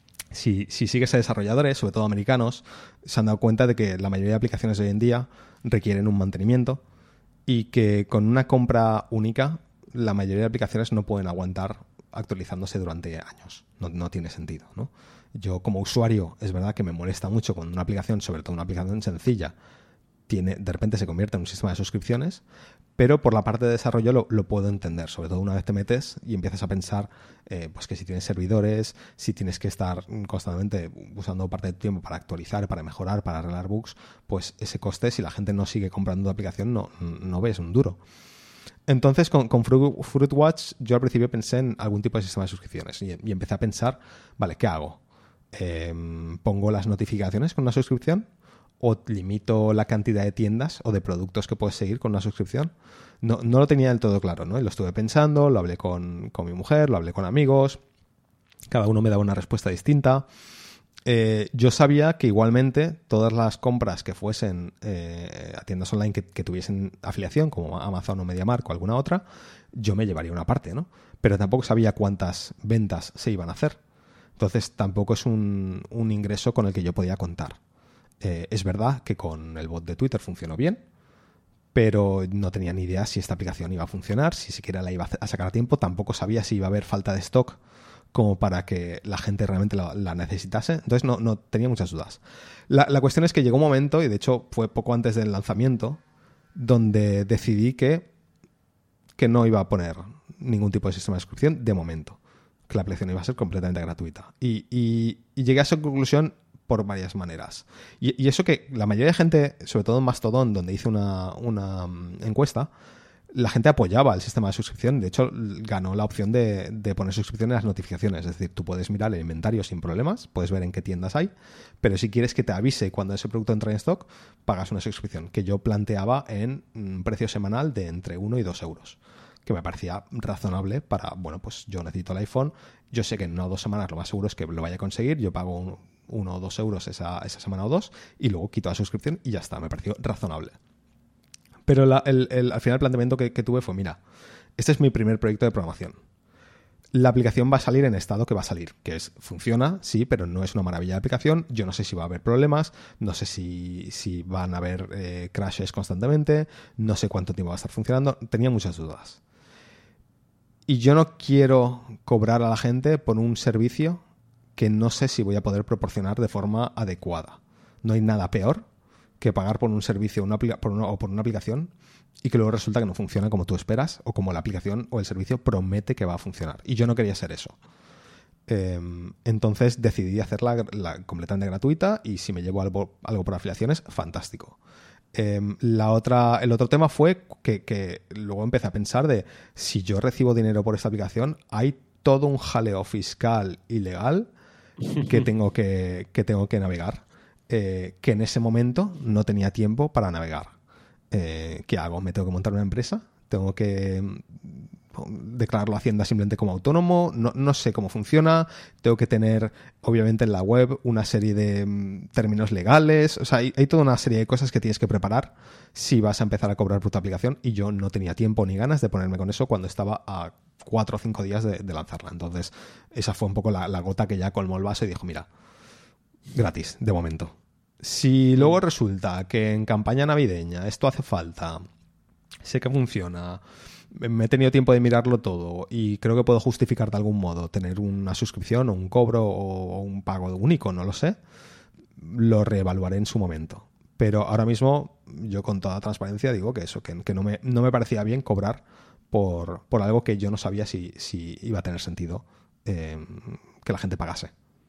[SPEAKER 2] si, si sigues a desarrolladores, sobre todo americanos, se han dado cuenta de que la mayoría de aplicaciones de hoy en día requieren un mantenimiento y que con una compra única la mayoría de aplicaciones no pueden aguantar actualizándose durante años. No, no tiene sentido, ¿no? Yo como usuario es verdad que me molesta mucho cuando una aplicación, sobre todo una aplicación sencilla, tiene, de repente se convierte en un sistema de suscripciones, pero por la parte de desarrollo lo, lo puedo entender, sobre todo una vez te metes y empiezas a pensar eh, pues que si tienes servidores, si tienes que estar constantemente usando parte de tu tiempo para actualizar, para mejorar, para arreglar bugs, pues ese coste, si la gente no sigue comprando la aplicación, no, no ves un duro. Entonces con, con Fruitwatch yo al principio pensé en algún tipo de sistema de suscripciones y, y empecé a pensar, vale, ¿qué hago? Eh, ¿Pongo las notificaciones con una suscripción? ¿O limito la cantidad de tiendas o de productos que puedes seguir con una suscripción? No, no lo tenía del todo claro, ¿no? Y lo estuve pensando, lo hablé con, con mi mujer, lo hablé con amigos, cada uno me daba una respuesta distinta. Eh, yo sabía que igualmente todas las compras que fuesen eh, a tiendas online que, que tuviesen afiliación, como Amazon o MediaMarkt o alguna otra, yo me llevaría una parte, ¿no? Pero tampoco sabía cuántas ventas se iban a hacer. Entonces tampoco es un, un ingreso con el que yo podía contar. Eh, es verdad que con el bot de Twitter funcionó bien, pero no tenía ni idea si esta aplicación iba a funcionar, si siquiera la iba a sacar a tiempo. Tampoco sabía si iba a haber falta de stock como para que la gente realmente la, la necesitase. Entonces no, no tenía muchas dudas. La, la cuestión es que llegó un momento, y de hecho fue poco antes del lanzamiento, donde decidí que, que no iba a poner ningún tipo de sistema de suscripción de momento, que la aplicación iba a ser completamente gratuita. Y, y, y llegué a esa conclusión por varias maneras. Y, y eso que la mayoría de gente, sobre todo en Mastodon, donde hice una, una encuesta, la gente apoyaba el sistema de suscripción. De hecho, ganó la opción de, de poner suscripción en las notificaciones. Es decir, tú puedes mirar el inventario sin problemas, puedes ver en qué tiendas hay, pero si quieres que te avise cuando ese producto entra en stock, pagas una suscripción, que yo planteaba en un precio semanal de entre uno y dos euros, que me parecía razonable para, bueno, pues yo necesito el iPhone, yo sé que en una o dos semanas lo más seguro es que lo vaya a conseguir, yo pago un, uno o dos euros esa, esa semana o dos y luego quito la suscripción y ya está, me pareció razonable. Pero la, el, el, al final el planteamiento que, que tuve fue, mira, este es mi primer proyecto de programación. la aplicación va a salir en estado que va a salir, que es, funciona, sí, pero no es una maravilla de aplicación. Yo no sé si va a haber problemas, no sé si, si van a haber eh, crashes constantemente, no sé cuánto tiempo va a estar funcionando. Tenía muchas dudas. Y yo no quiero cobrar a la gente por un servicio que no sé si voy a poder proporcionar de forma adecuada. No hay nada peor que pagar por un servicio una, por una, o por una aplicación y que luego resulta que no funciona como tú esperas o como la aplicación o el servicio promete que va a funcionar. Y yo no quería hacer eso. Eh, entonces decidí hacerla la, completamente gratuita, y si me llevo algo, algo por afiliaciones, fantástico. Eh, la otra, el otro tema fue que, que luego empecé a pensar de si yo recibo dinero por esta aplicación, hay todo un jaleo fiscal y legal que tengo que, que, tengo que navegar, eh, que en ese momento no tenía tiempo para navegar. Eh, ¿Qué hago? ¿Me tengo que montar una empresa? ¿Tengo que declararlo a Hacienda simplemente como autónomo? No, no sé cómo funciona. Tengo que tener, obviamente, en la web una serie de um, términos legales. O sea, hay, hay toda una serie de cosas que tienes que preparar si vas a empezar a cobrar por tu aplicación, y yo no tenía tiempo ni ganas de ponerme con eso cuando estaba a cuatro o cinco días de, de lanzarla. Entonces, esa fue un poco la, la gota que ya colmó el vaso y dijo, mira, gratis, de momento. Si luego resulta que en campaña navideña esto hace falta, sé que funciona, me he tenido tiempo de mirarlo todo y creo que puedo justificar de algún modo tener una suscripción o un cobro o un pago único, no lo sé, lo reevaluaré en su momento. Pero ahora mismo yo con toda transparencia digo que eso, que, que no, me, no me parecía bien cobrar por, por algo que yo no sabía si, si iba a tener sentido eh, que la gente pagase.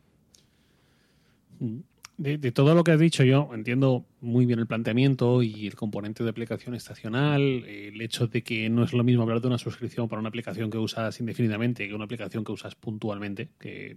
[SPEAKER 1] De, de todo lo que has dicho, yo entiendo muy bien el planteamiento y el componente de aplicación estacional, el hecho de que no es lo mismo hablar de una suscripción para una aplicación que usas indefinidamente que una aplicación que usas puntualmente, que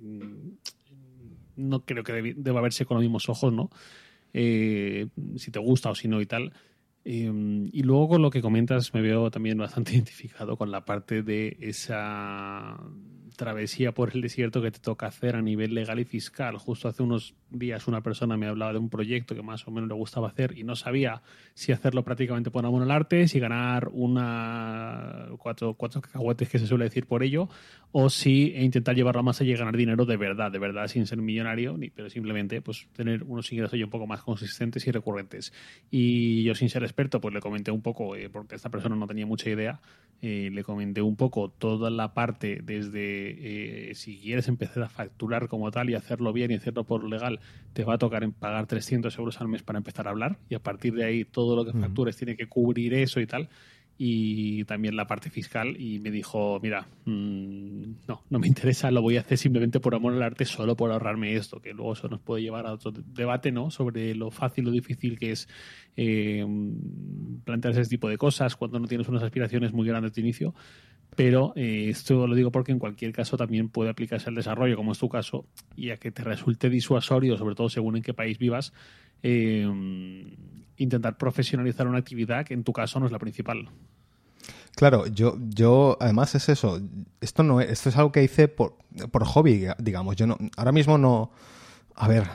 [SPEAKER 1] no creo que deb- deba verse con los mismos ojos, ¿no? Eh, si te gusta o si no y tal. Eh, y luego con lo que comentas me veo también bastante identificado con la parte de esa travesía por el desierto que te toca hacer a nivel legal y fiscal. Justo hace unos días una persona me hablaba de un proyecto que más o menos le gustaba hacer y no sabía si hacerlo prácticamente por amor al arte, si ganar una cuatro, cuatro cacahuetes que se suele decir por ello, o si intentar llevarlo más allá y ganar dinero de verdad, de verdad, sin ser millonario, ni, pero simplemente pues tener unos ingresos un poco más consistentes y recurrentes. Y yo, sin ser experto, pues le comenté un poco, eh, porque esta persona no tenía mucha idea, eh, le comenté un poco toda la parte desde eh, si quieres empezar a facturar como tal y hacerlo bien y hacerlo por legal, te va a tocar en pagar trescientos euros al mes para empezar a hablar, y a partir de ahí todo lo que factures tiene que cubrir eso y tal, y también la parte fiscal, y me dijo, mira, mmm, no, no me interesa, lo voy a hacer simplemente por amor al arte, solo por ahorrarme esto, que luego eso nos puede llevar a otro debate, ¿no?, sobre lo fácil o difícil que es eh, plantearse ese tipo de cosas cuando no tienes unas aspiraciones muy grandes de inicio. Pero eh, esto lo digo porque en cualquier caso también puede aplicarse al desarrollo, como es tu caso, y a que te resulte disuasorio, sobre todo según en qué país vivas, eh, intentar profesionalizar una actividad que en tu caso no es la principal.
[SPEAKER 2] Claro, yo, yo además es eso. Esto no es, esto es algo que hice por, por hobby, digamos. Yo no, ahora mismo no. A ver,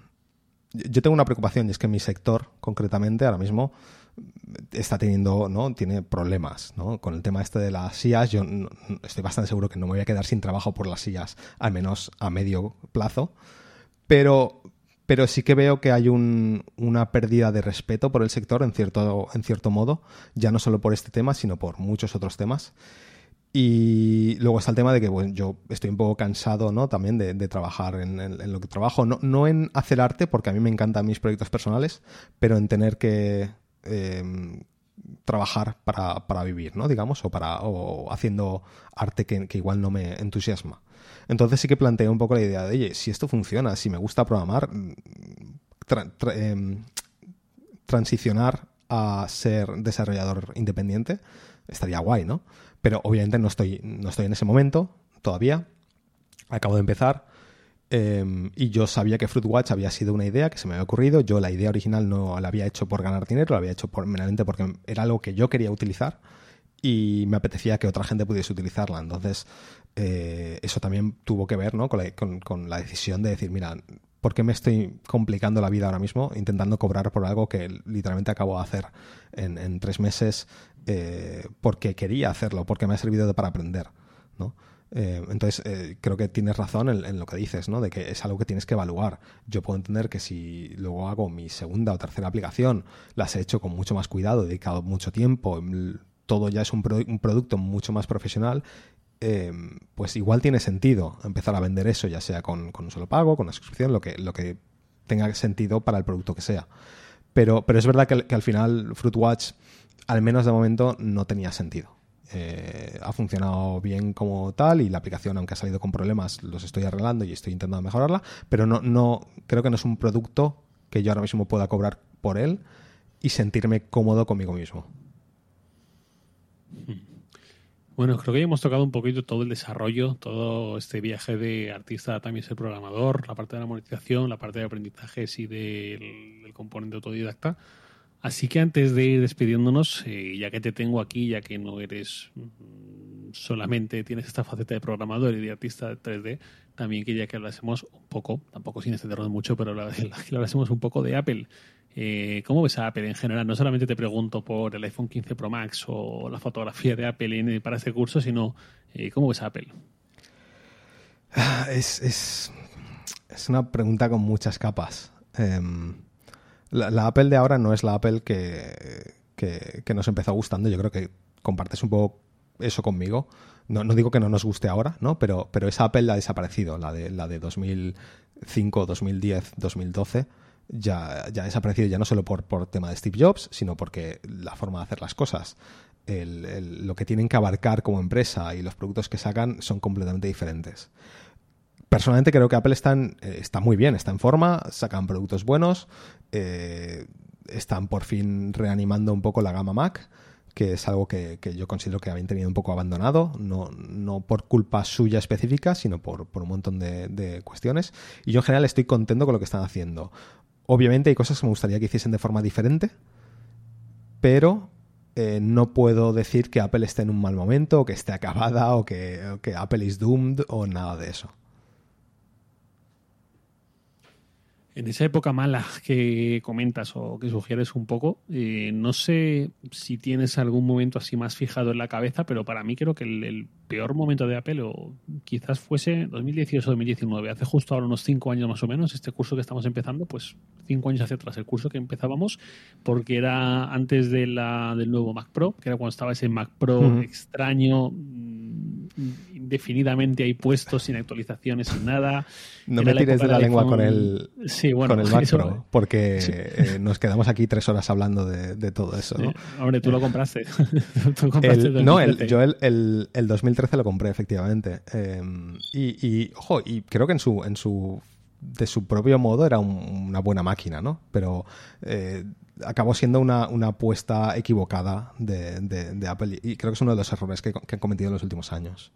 [SPEAKER 2] yo tengo una preocupación, y es que mi sector, concretamente, ahora mismo está teniendo, ¿no? Tiene problemas, ¿no? Con el tema este de las I As. Yo no, estoy bastante seguro que no me voy a quedar sin trabajo por las I As, al menos a medio plazo. Pero, pero sí que veo que hay un, una pérdida de respeto por el sector, en cierto, en cierto modo, ya no solo por este tema, sino por muchos otros temas. Y luego está el tema de que bueno, yo estoy un poco cansado, ¿no?, también de, de trabajar en, en, en lo que trabajo. No, no en hacer arte, porque a mí me encantan mis proyectos personales, pero en tener que eh, trabajar para, para vivir, ¿no?, digamos, o, para, o haciendo arte que, que igual no me entusiasma. Entonces sí que planteo un poco la idea de, oye, si esto funciona, si me gusta programar, tra- tra- eh, transicionar a ser desarrollador independiente estaría guay, ¿no? Pero obviamente no estoy, no estoy en ese momento todavía. Acabo de empezar eh, y yo sabía que FruitWatch había sido una idea que se me había ocurrido. Yo la idea original no la había hecho por ganar dinero, la había hecho por, meramente porque era algo que yo quería utilizar y me apetecía que otra gente pudiese utilizarla. Entonces eh, eso también tuvo que ver, ¿no?, con la, con, con la decisión de decir, mira, ¿por qué me estoy complicando la vida ahora mismo intentando cobrar por algo que literalmente acabo de hacer en, en tres meses eh, porque quería hacerlo, porque me ha servido de, para aprender, ¿no? Eh, entonces, eh, creo que tienes razón en, en lo que dices, ¿no? De que es algo que tienes que evaluar. Yo puedo entender que si luego hago mi segunda o tercera aplicación, las he hecho con mucho más cuidado, he dedicado mucho tiempo, todo ya es un, pro, un producto mucho más profesional, eh, pues igual tiene sentido empezar a vender eso, ya sea con, con un solo pago, con una suscripción, lo que, lo que tenga sentido para el producto que sea. Pero, pero es verdad que, que al final FruitWatch, al menos de momento, no tenía sentido. Eh, ha funcionado bien como tal y la aplicación, aunque ha salido con problemas, los estoy arreglando y estoy intentando mejorarla, pero no, no creo que no es un producto que yo ahora mismo pueda cobrar por él y sentirme cómodo conmigo mismo.
[SPEAKER 1] Bueno, creo que ya hemos tocado un poquito todo el desarrollo, todo este viaje de artista a también ser programador, la parte de la monetización, la parte de aprendizajes y del, del componente autodidacta. Así que antes de ir despidiéndonos, eh, ya que te tengo aquí, ya que no eres mm, solamente tienes esta faceta de programador y de artista de tres D, también quería que hablásemos un poco, tampoco sin extendernos mucho, pero la, la, que hablásemos un poco de Apple. Eh, ¿Cómo ves a Apple en general? No solamente te pregunto por el iPhone quince Pro Max o la fotografía de Apple en, para este curso, sino eh, ¿cómo ves a Apple?
[SPEAKER 2] Es, es, es una pregunta con muchas capas. Eh, La, la Apple de ahora no es la Apple que, que, que nos empezó gustando. Yo creo que compartes un poco eso conmigo. No, no digo que no nos guste ahora, ¿no? Pero, pero esa Apple ha desaparecido. La de, la de dos mil cinco, dos mil diez, dos mil doce ya, ya ha desaparecido, ya no solo por, por tema de Steve Jobs, sino porque la forma de hacer las cosas, el, el, lo que tienen que abarcar como empresa y los productos que sacan son completamente diferentes. Personalmente creo que Apple está, en, eh, está muy bien, está en forma, sacan productos buenos, eh, están por fin reanimando un poco la gama Mac, que es algo que, que yo considero que habían tenido un poco abandonado, no, no por culpa suya específica, sino por, por un montón de, de cuestiones. Y yo en general estoy contento con lo que están haciendo. Obviamente hay cosas que me gustaría que hiciesen de forma diferente, pero eh, no puedo decir que Apple esté en un mal momento, o que esté acabada, o que, o que Apple is doomed, o nada de eso.
[SPEAKER 1] En esa época mala que comentas o que sugieres un poco, eh, no sé si tienes algún momento así más fijado en la cabeza, pero para mí creo que el, el peor momento de Apple, o quizás fuese dos mil dieciocho o dos mil diecinueve, hace justo ahora unos cinco años más o menos, este curso que estamos empezando, pues cinco años hacia atrás, el curso que empezábamos, porque era antes de la, del nuevo Mac Pro, que era cuando estaba ese Mac Pro uh-huh. extraño, indefinidamente ahí puesto, sin actualizaciones, sin nada.
[SPEAKER 2] No me tires de la lengua con el,
[SPEAKER 1] sí, bueno,
[SPEAKER 2] con el Mac
[SPEAKER 1] eso,
[SPEAKER 2] Pro, porque sí. eh, nos quedamos aquí tres horas hablando de, de todo eso, ¿no?
[SPEAKER 1] Eh, hombre, tú lo compraste. ¿Tú compraste
[SPEAKER 2] el, no, el, yo el, el, el dos mil trece lo compré, efectivamente. Eh, y, y, ojo, y creo que en su, en su de su propio modo era un, una buena máquina, ¿no? Pero eh, acabó siendo una, una apuesta equivocada de, de, de Apple, y creo que es uno de los errores que, que han cometido en los últimos años.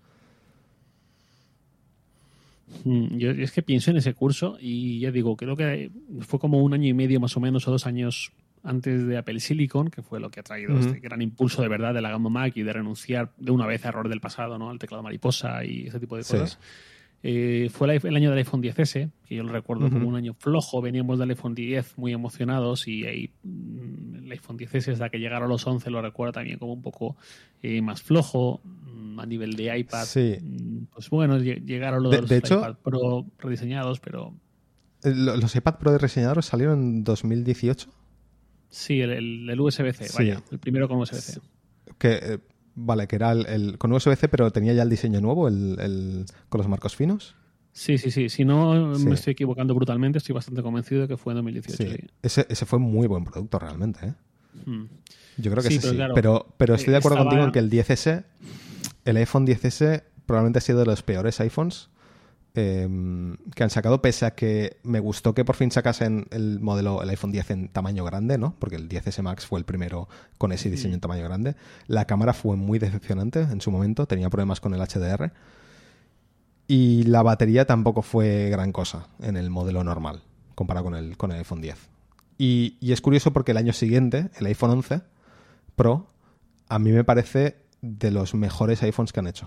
[SPEAKER 1] Yo es que pienso en ese curso y ya digo, creo que fue como un año y medio más o menos o dos años antes de Apple Silicon, que fue lo que ha traído uh-huh. este gran impulso de verdad de la gama Mac y de renunciar de una vez a error del pasado, ¿no? Al teclado mariposa y ese tipo de cosas. Sí. Eh, fue el año del iPhone diez ese, que yo lo recuerdo uh-huh. como un año flojo. Veníamos del iPhone diez muy emocionados y ahí, el iPhone diez ese hasta que llegaron los once lo recuerdo también como un poco eh, más flojo a nivel de iPad.
[SPEAKER 2] Sí.
[SPEAKER 1] Pues bueno, llegaron los,
[SPEAKER 2] de, de
[SPEAKER 1] los
[SPEAKER 2] hecho,
[SPEAKER 1] iPad Pro rediseñados, pero...
[SPEAKER 2] ¿Los iPad Pro rediseñados salieron en dos mil dieciocho?
[SPEAKER 1] Sí, el, el, el U S B C, sí. Vaya, el primero con U S B C.
[SPEAKER 2] Que... Eh, Vale, que era el, el con U S B C, pero tenía ya el diseño nuevo, el, el con los marcos finos.
[SPEAKER 1] Sí, sí, sí. Si no sí. me estoy equivocando brutalmente, estoy bastante convencido de que fue en dos mil dieciocho.
[SPEAKER 2] Sí.
[SPEAKER 1] Sí.
[SPEAKER 2] Ese, ese fue muy buen producto realmente, ¿eh? Hmm. Yo creo que
[SPEAKER 1] sí,
[SPEAKER 2] ese
[SPEAKER 1] pero
[SPEAKER 2] sí.
[SPEAKER 1] Claro,
[SPEAKER 2] pero, pero estoy de acuerdo
[SPEAKER 1] estaba...
[SPEAKER 2] contigo en que el diez ese, el iPhone diez ese probablemente ha sido de los peores iPhones eh, que han sacado, pese a que me gustó que por fin sacasen el modelo, el iPhone diez en tamaño grande, ¿no? Porque el diez ese Max fue el primero con ese diseño en tamaño grande. La cámara fue muy decepcionante en su momento, tenía problemas con el H D R. Y la batería tampoco fue gran cosa en el modelo normal, comparado con el, con el iPhone diez. Y, y es curioso porque el año siguiente, el iPhone once Pro, a mí me parece de los mejores iPhones que han hecho.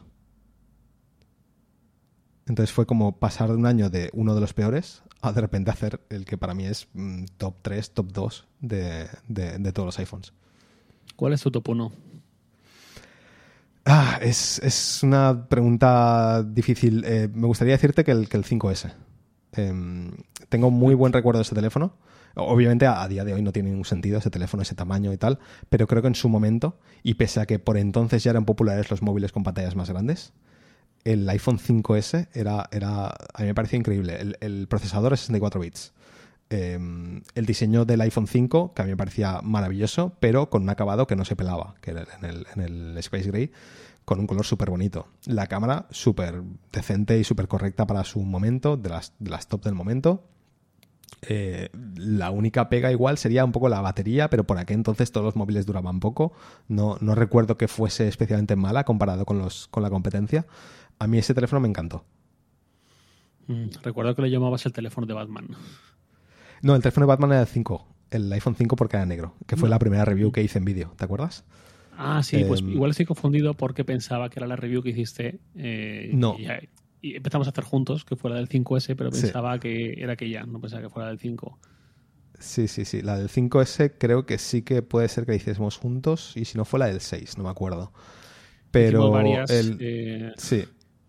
[SPEAKER 2] Entonces fue como pasar de un año de uno de los peores a de repente hacer el que para mí es mm, top tres, top dos de, de, de todos los iPhones.
[SPEAKER 1] ¿Cuál es tu top uno?
[SPEAKER 2] Ah, es, es una pregunta difícil. Eh, me gustaría decirte que el, que el cinco ese. Eh, tengo muy buen recuerdo de ese teléfono. Obviamente a, a día de hoy no tiene ningún sentido ese teléfono, ese tamaño y tal, pero creo que en su momento, y pese a que por entonces ya eran populares los móviles con pantallas más grandes, el iPhone cinco ese era, era a mí me pareció increíble. El, el procesador es sesenta y cuatro bits. Eh, el diseño del iPhone cinco, que a mí me parecía maravilloso, pero con un acabado que no se pelaba, que era en el, en el Space Gray, con un color súper bonito. La cámara súper decente y súper correcta para su momento, de las, de las top del momento. Eh, la única pega igual sería un poco la batería, pero por aquel entonces todos los móviles duraban poco. No, no recuerdo que fuese especialmente mala comparado con, los, con la competencia. A mí ese teléfono me encantó.
[SPEAKER 1] Mm, recuerdo que lo llamabas el teléfono de Batman.
[SPEAKER 2] No, el teléfono de Batman era el cinco, el iPhone cinco porque era negro, que fue
[SPEAKER 1] no.
[SPEAKER 2] la primera review que hice en vídeo, ¿te acuerdas?
[SPEAKER 1] Ah, sí,
[SPEAKER 2] eh,
[SPEAKER 1] pues igual estoy confundido porque pensaba que era la review que hiciste. Eh,
[SPEAKER 2] no.
[SPEAKER 1] Y, y empezamos a hacer juntos, que fuera del cinco ese, pero pensaba
[SPEAKER 2] Sí.
[SPEAKER 1] que era aquella, no pensaba que fuera del cinco.
[SPEAKER 2] Sí, sí, sí. La del cinco ese creo que sí que puede ser que la hiciésemos juntos, y si no fue la del seis, no me acuerdo. Pero
[SPEAKER 1] hicimos varias.
[SPEAKER 2] el...
[SPEAKER 1] Eh...
[SPEAKER 2] Sí.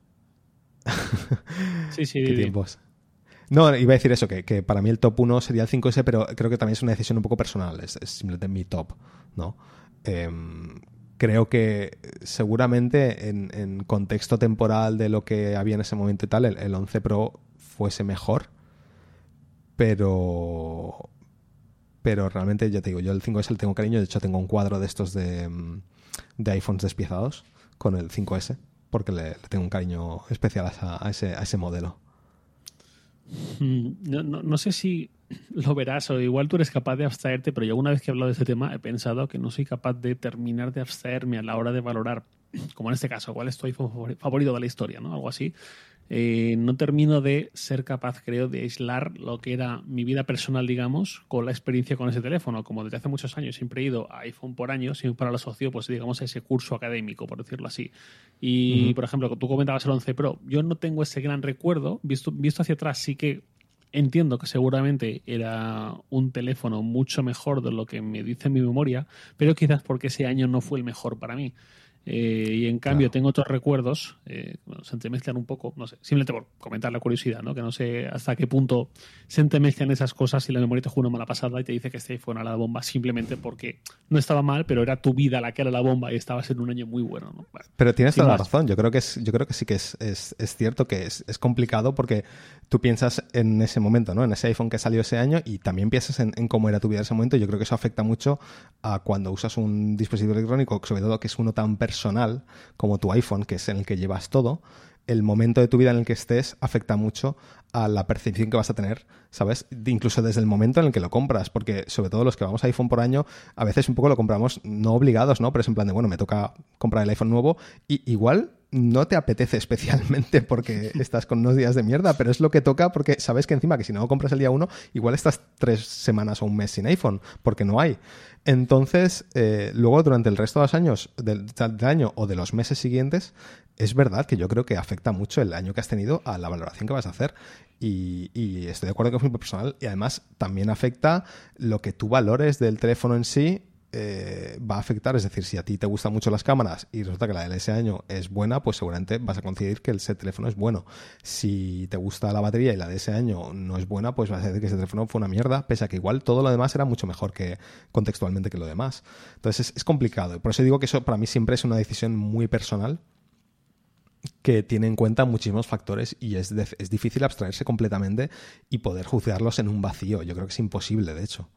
[SPEAKER 1] sí, sí.
[SPEAKER 2] Qué
[SPEAKER 1] di,
[SPEAKER 2] tiempos. No, iba a decir eso, que, que para mí el top uno sería el cinco ese, pero creo que también es una decisión un poco personal, es, es simplemente mi top, ¿no? Eh, creo que seguramente en, en contexto temporal de lo que había en ese momento y tal, el, el once Pro fuese mejor, pero pero realmente, ya te digo, yo el cinco ese le tengo cariño. De hecho tengo un cuadro de estos de, de iPhones despiezados con el cinco ese, porque le, le tengo un cariño especial a, a, ese, a ese modelo.
[SPEAKER 1] No, no, no sé si lo verás o igual tú eres capaz de abstraerte, pero yo una vez que he hablado de este tema he pensado que no soy capaz de terminar de abstraerme a la hora de valorar, como en este caso, cuál es tu iPhone favorito de la historia, ¿no? Algo así. Eh, no termino de ser capaz, creo, de aislar lo que era mi vida personal, digamos, con la experiencia con ese teléfono. Como desde hace muchos años siempre he ido a iPhone por año, siempre para lo asocio, pues digamos, a ese curso académico, por decirlo así. Y, uh-huh. por ejemplo, tú comentabas el once Pro. Yo no tengo ese gran recuerdo. Visto, visto hacia atrás, sí que entiendo que seguramente era un teléfono mucho mejor de lo que me dice mi memoria, pero quizás porque ese año no fue el mejor para mí. Eh, y en cambio claro. tengo otros recuerdos, eh, bueno, se entremezclan un poco, no sé, simplemente por comentar la curiosidad, ¿no? Que no sé hasta qué punto se entremezclan esas cosas y la memoria te juega una mala pasada y te dice que este iPhone era la bomba simplemente porque no estaba mal, pero era tu vida la que era la bomba y estabas en un año muy bueno, ¿no? Bueno,
[SPEAKER 2] pero tienes toda la razón, yo creo que es, yo creo que sí que es, es, es cierto que es, es complicado porque tú piensas en ese momento, ¿no? En ese iPhone que salió ese año y también piensas en, en cómo era tu vida en ese momento. Yo creo que eso afecta mucho a cuando usas un dispositivo electrónico, sobre todo que es uno tan personal como tu iPhone, que es en el que llevas todo. El momento de tu vida en el que estés afecta mucho a la percepción que vas a tener, ¿sabes? Incluso desde el momento en el que lo compras, porque sobre todo los que vamos a iPhone por año, a veces un poco lo compramos no obligados, ¿no? Pero es en plan de, bueno, me toca comprar el iPhone nuevo y igual no te apetece especialmente porque estás con unos días de mierda, pero es lo que toca porque sabes que encima que si no lo compras el día uno, igual estás tres semanas o un mes sin iPhone, porque no hay. Entonces, eh, luego durante el resto de los años del, del año o de los meses siguientes, es verdad que yo creo que afecta mucho el año que has tenido a la valoración que vas a hacer. Y, y estoy de acuerdo que es muy personal y además también afecta lo que tú valores del teléfono en sí. Eh, va a afectar, es decir, si a ti te gustan mucho las cámaras y resulta que la de ese año es buena, pues seguramente vas a coincidir que ese teléfono es bueno. Si te gusta la batería y la de ese año no es buena, pues vas a decir que ese teléfono fue una mierda, pese a que igual todo lo demás era mucho mejor que contextualmente que lo demás. Entonces es, es complicado. Por eso digo que eso para mí siempre es una decisión muy personal que tiene en cuenta muchísimos factores y es, de, es difícil abstraerse completamente y poder juzgarlos en un vacío. Yo creo que es imposible, de hecho.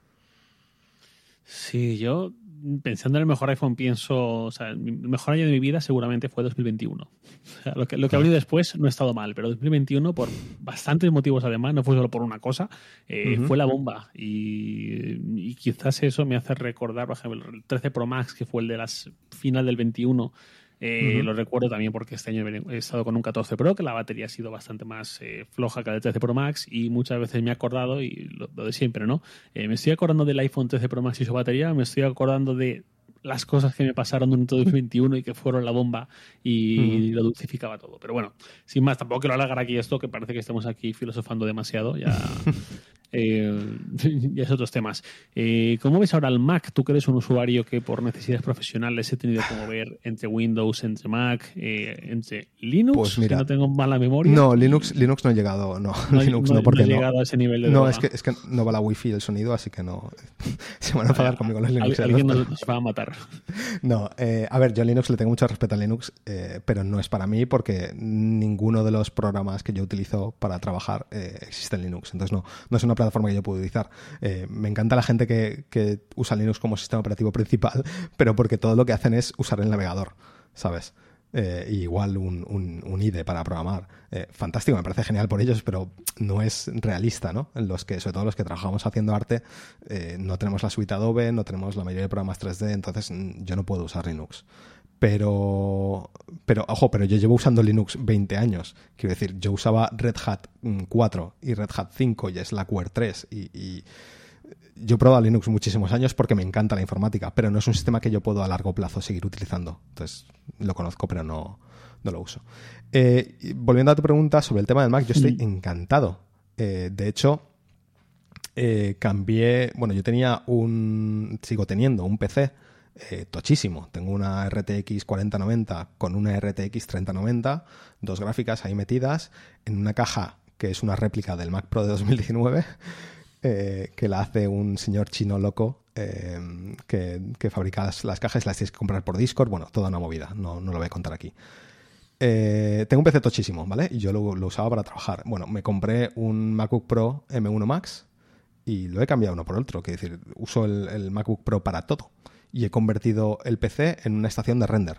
[SPEAKER 1] Sí, yo pensando en el mejor iPhone pienso, o sea, el mejor año de mi vida seguramente fue dos mil veintiuno. O sea, lo que, lo que ha venido después no ha estado mal, pero dos mil veintiuno por bastantes motivos además, no fue solo por una cosa, eh, uh-huh. fue la bomba y, y quizás eso me hace recordar, por ejemplo, el trece Pro Max, que fue el de las final del veintiuno. Eh, uh-huh. Lo recuerdo también porque este año he estado con un catorce Pro, que la batería ha sido bastante más eh, floja que la del trece Pro Max y muchas veces me he acordado, y lo, lo de siempre, ¿no? Eh, me estoy acordando del iPhone trece Pro Max y su batería, me estoy acordando de las cosas que me pasaron durante dos mil veintiuno y que fueron la bomba y uh-huh. lo dulcificaba todo. Pero bueno, sin más, tampoco quiero alargar aquí esto, que parece que estamos aquí filosofando demasiado. Ya Eh, ya es otros temas. Eh, ¿Cómo ves ahora el Mac? Tú que eres un usuario que por necesidades profesionales he tenido que mover entre Windows, entre Mac, eh, entre Linux,
[SPEAKER 2] Pues mira,
[SPEAKER 1] que no tengo mala memoria.
[SPEAKER 2] No, Linux, Linux no he llegado, no,
[SPEAKER 1] No,
[SPEAKER 2] Linux
[SPEAKER 1] no,
[SPEAKER 2] no, porque
[SPEAKER 1] no he
[SPEAKER 2] no.
[SPEAKER 1] llegado a ese nivel de
[SPEAKER 2] No,
[SPEAKER 1] droga.
[SPEAKER 2] es que, es que no va la wifi el sonido, así que no. Se van a enfadar conmigo los Linux.
[SPEAKER 1] Alguien nos, nos va a matar.
[SPEAKER 2] No, eh, a ver, yo a Linux le tengo mucho respeto a Linux, eh, pero no es para mí porque ninguno de los programas que yo utilizo para trabajar eh, existe en Linux. Entonces no, no es una plataforma que yo puedo utilizar. Eh, me encanta la gente que, que usa Linux como sistema operativo principal, pero porque todo lo que hacen es usar el navegador, ¿sabes? Eh, y igual un, un, un I D E para programar. Eh, fantástico, me parece genial por ellos, pero no es realista, ¿no? En los que, sobre todo los que trabajamos haciendo arte, eh, no tenemos la suite Adobe, no tenemos la mayoría de programas tres D, entonces yo no puedo usar Linux. Pero, pero, ojo, pero yo llevo usando Linux veinte años. Quiero decir, yo usaba Red Hat cuatro y Red Hat cinco y Slackware tres y... y yo he probado Linux muchísimos años porque me encanta la informática, pero no es un sistema que yo puedo a largo plazo seguir utilizando. Entonces, lo conozco, pero no, no lo uso. Eh, volviendo a tu pregunta sobre el tema del Mac, yo estoy mm. encantado. Eh, de hecho, eh, cambié... Bueno, yo tenía un... Sigo teniendo un P C eh, tochísimo. Tengo una R T X cuarenta noventa con una R T X treinta noventa, dos gráficas ahí metidas, en una caja que es una réplica del Mac Pro de dos mil diecinueve... Eh, que la hace un señor chino loco eh, que, que fabrica las, las cajas, las tienes que comprar por Discord, bueno, toda una movida, no, no lo voy a contar aquí. Eh, tengo un P C tochísimo, ¿vale? Y yo lo, lo usaba para trabajar. Bueno, me compré un MacBook Pro M uno Max y lo he cambiado uno por otro, que es decir, uso el, el MacBook Pro para todo y he convertido el P C en una estación de render.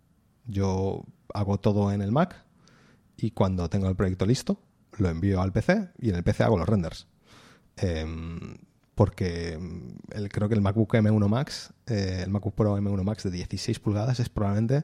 [SPEAKER 2] Yo hago todo en el Mac y cuando tengo el proyecto listo, lo envío al P C y en el P C hago los renders. Eh, porque el, creo que el MacBook M uno Max, eh, el MacBook Pro M uno Max de dieciséis pulgadas es probablemente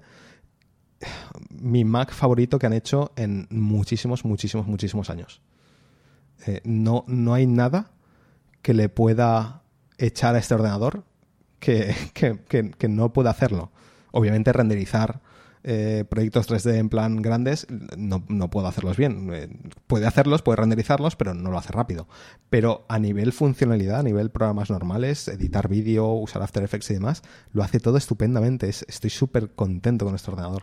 [SPEAKER 2] mi Mac favorito que han hecho en muchísimos, muchísimos, muchísimos años. Eh, no, no hay nada que le pueda echar a este ordenador que, que, que, que no pueda hacerlo. Obviamente renderizar Eh, proyectos tres D en plan grandes no, no puedo hacerlos bien. Eh, puede hacerlos, puede renderizarlos, pero no lo hace rápido. Pero a nivel funcionalidad, a nivel programas normales, editar vídeo, usar After Effects y demás, lo hace todo estupendamente. Es, estoy súper contento con este ordenador.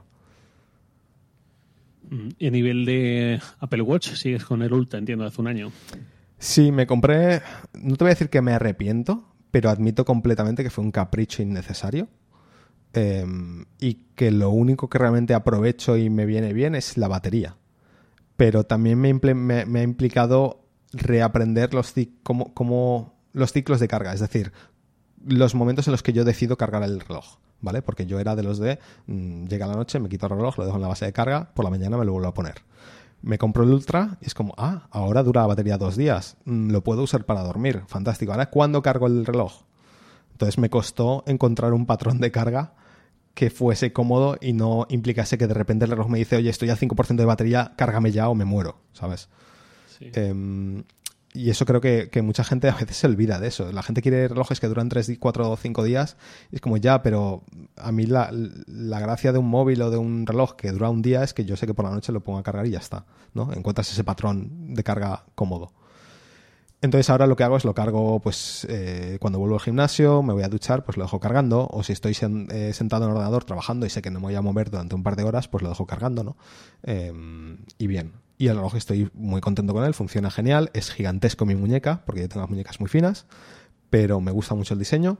[SPEAKER 1] Y a nivel de Apple Watch, sigues con el Ultra, entiendo, hace un año.
[SPEAKER 2] Sí, me compré... No te voy a decir que me arrepiento, pero admito completamente que fue un capricho innecesario. Eh, y que lo único que realmente aprovecho y me viene bien es la batería. Pero también me, impl- me, me ha implicado reaprender los, cic- como, como los ciclos de carga, es decir, los momentos en los que yo decido cargar el reloj, ¿vale? Porque yo era de los de mmm, llega la noche, me quito el reloj, lo dejo en la base de carga, por la mañana me lo vuelvo a poner. Me compro el Ultra y es como, ah, ahora dura la batería dos días, mm, lo puedo usar para dormir, fantástico. Ahora, ¿cuándo cargo el reloj? Entonces me costó encontrar un patrón de carga que fuese cómodo y no implicase que de repente el reloj me dice, oye, estoy al cinco por ciento de batería, cárgame ya o me muero, ¿sabes? Sí. Eh, y eso creo que, que mucha gente a veces se olvida de eso. La gente quiere relojes que duran tres, cuatro o cinco días y es como ya, pero a mí la, la gracia de un móvil o de un reloj que dura un día es que yo sé que por la noche lo pongo a cargar y ya está, ¿no? Encuentras ese patrón de carga cómodo. Entonces ahora lo que hago es lo cargo pues eh, cuando vuelvo al gimnasio, me voy a duchar, pues lo dejo cargando, o si estoy sen- eh, sentado en el ordenador trabajando y sé que no me voy a mover durante un par de horas, pues lo dejo cargando, ¿no? Eh, y bien. Y el reloj estoy muy contento con él, funciona genial, es gigantesco mi muñeca, porque yo tengo las muñecas muy finas, pero me gusta mucho el diseño.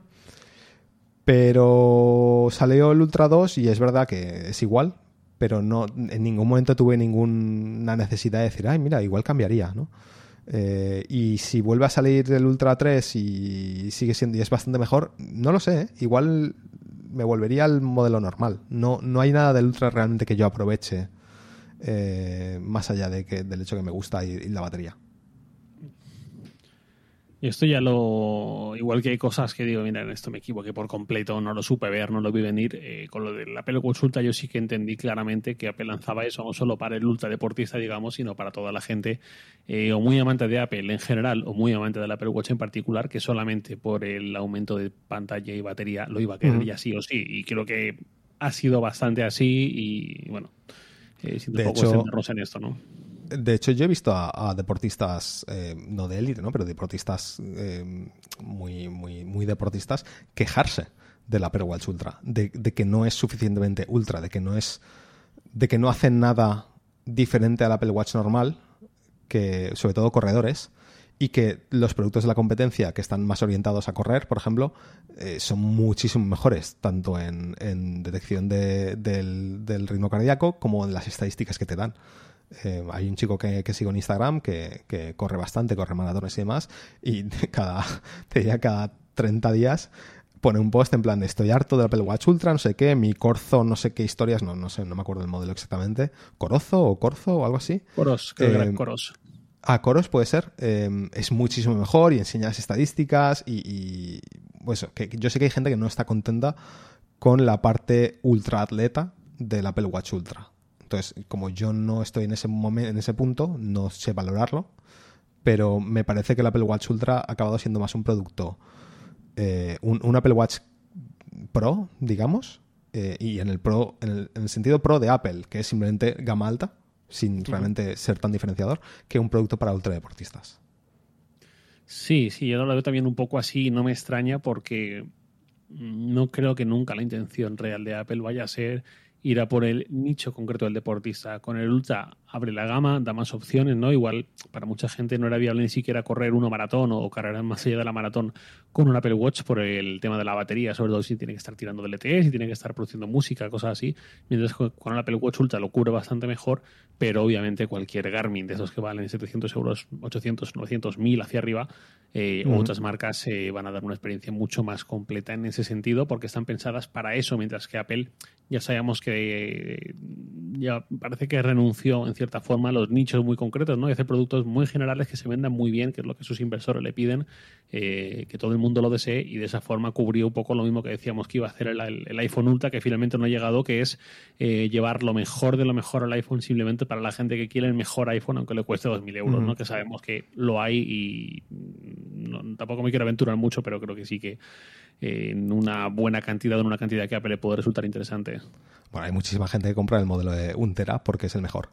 [SPEAKER 2] Pero salió el Ultra dos y es verdad que es igual, pero no en ningún momento tuve ninguna necesidad de decir, ay, mira, igual cambiaría, ¿no? Eh, y si vuelve a salir el Ultra tres y sigue siendo y es bastante mejor, no lo sé, ¿eh? Igual me volvería al modelo normal. No, no hay nada del Ultra realmente que yo aproveche eh, más allá de que, del hecho que me gusta y, y la batería.
[SPEAKER 1] Y esto ya lo... Igual que hay cosas que digo, mira, en esto me equivoqué por completo, no lo supe ver, no lo vi venir. Eh, con lo del Apple Watch Ultra yo sí que entendí claramente que Apple lanzaba eso no solo para el ultra deportista, digamos, sino para toda la gente eh, o muy amante de Apple en general o muy amante del Apple Watch en particular, que solamente por el aumento de pantalla y batería lo iba a querer uh-huh. ya sí o sí. Y creo que ha sido bastante así y, bueno, eh, sin tampoco extendernos en esto, ¿no?
[SPEAKER 2] De hecho, yo he visto a, a deportistas, eh, no de élite, ¿no? Pero deportistas eh, muy, muy, muy deportistas, quejarse del Apple Watch Ultra, de, de que no es suficientemente ultra, de que no es, de que no hacen nada diferente al Apple Watch normal, que sobre todo corredores, y que los productos de la competencia que están más orientados a correr, por ejemplo, eh, son muchísimo mejores, tanto en, en detección de, del, del ritmo cardíaco como en las estadísticas que te dan. Eh, hay un chico que, que sigo en Instagram que, que corre bastante, corre maratones y demás, y cada, te diría cada treinta días pone un post en plan de estoy harto del Apple Watch Ultra, no sé qué, mi Corzo, no sé qué historias, no, no sé, no me acuerdo el modelo exactamente, Corozo o Corzo o algo así.
[SPEAKER 1] Coros, creo
[SPEAKER 2] eh,
[SPEAKER 1] que era Coros.
[SPEAKER 2] Ah, Coros puede ser. Eh, es muchísimo mejor y enseña las estadísticas y, y pues, que, que yo sé que hay gente que no está contenta con la parte ultra atleta del Apple Watch Ultra. Entonces, como yo no estoy en ese momento, en ese punto, no sé valorarlo, pero me parece que el Apple Watch Ultra ha acabado siendo más un producto, eh, un, un Apple Watch Pro, digamos, eh, y en el Pro, en el, en el sentido Pro de Apple, que es simplemente gama alta, sin realmente uh-huh. ser tan diferenciador, que un producto para ultradeportistas.
[SPEAKER 1] Sí, sí, yo lo veo también un poco así, no me extraña porque no creo que nunca la intención real de Apple vaya a ser ir a por el nicho concreto del deportista. Con el Ultra abre la gama, da más opciones, ¿no? Igual para mucha gente no era viable ni siquiera correr uno maratón o carreras más allá de la maratón con un Apple Watch por el tema de la batería, sobre todo si tiene que estar tirando de L T E, si tiene que estar produciendo música, cosas así. Mientras que con el Apple Watch Ultra lo cubre bastante mejor, pero obviamente cualquier Garmin de esos que valen setecientos euros, ochocientos, novecientos, mil hacia arriba, eh, uh-huh. otras marcas eh, van a dar una experiencia mucho más completa en ese sentido porque están pensadas para eso, mientras que Apple ya sabemos que eh, ya parece que renunció en cierta forma a los nichos muy concretos, ¿no? Y hacer productos muy generales que se vendan muy bien, que es lo que sus inversores le piden, eh, que todo el mundo lo desee, y de esa forma cubrió un poco lo mismo que decíamos que iba a hacer el, el, el iPhone Ultra, que finalmente no ha llegado, que es eh, llevar lo mejor de lo mejor al iPhone simplemente para la gente que quiere el mejor iPhone, aunque le cueste dos mil euros, uh-huh. ¿no? Que sabemos que lo hay y no, tampoco me quiero aventurar mucho, pero creo que sí que eh, en una buena cantidad, en una cantidad que Apple le puede resultar interesante.
[SPEAKER 2] Bueno, hay muchísima gente que compra el modelo de un tera porque es el mejor.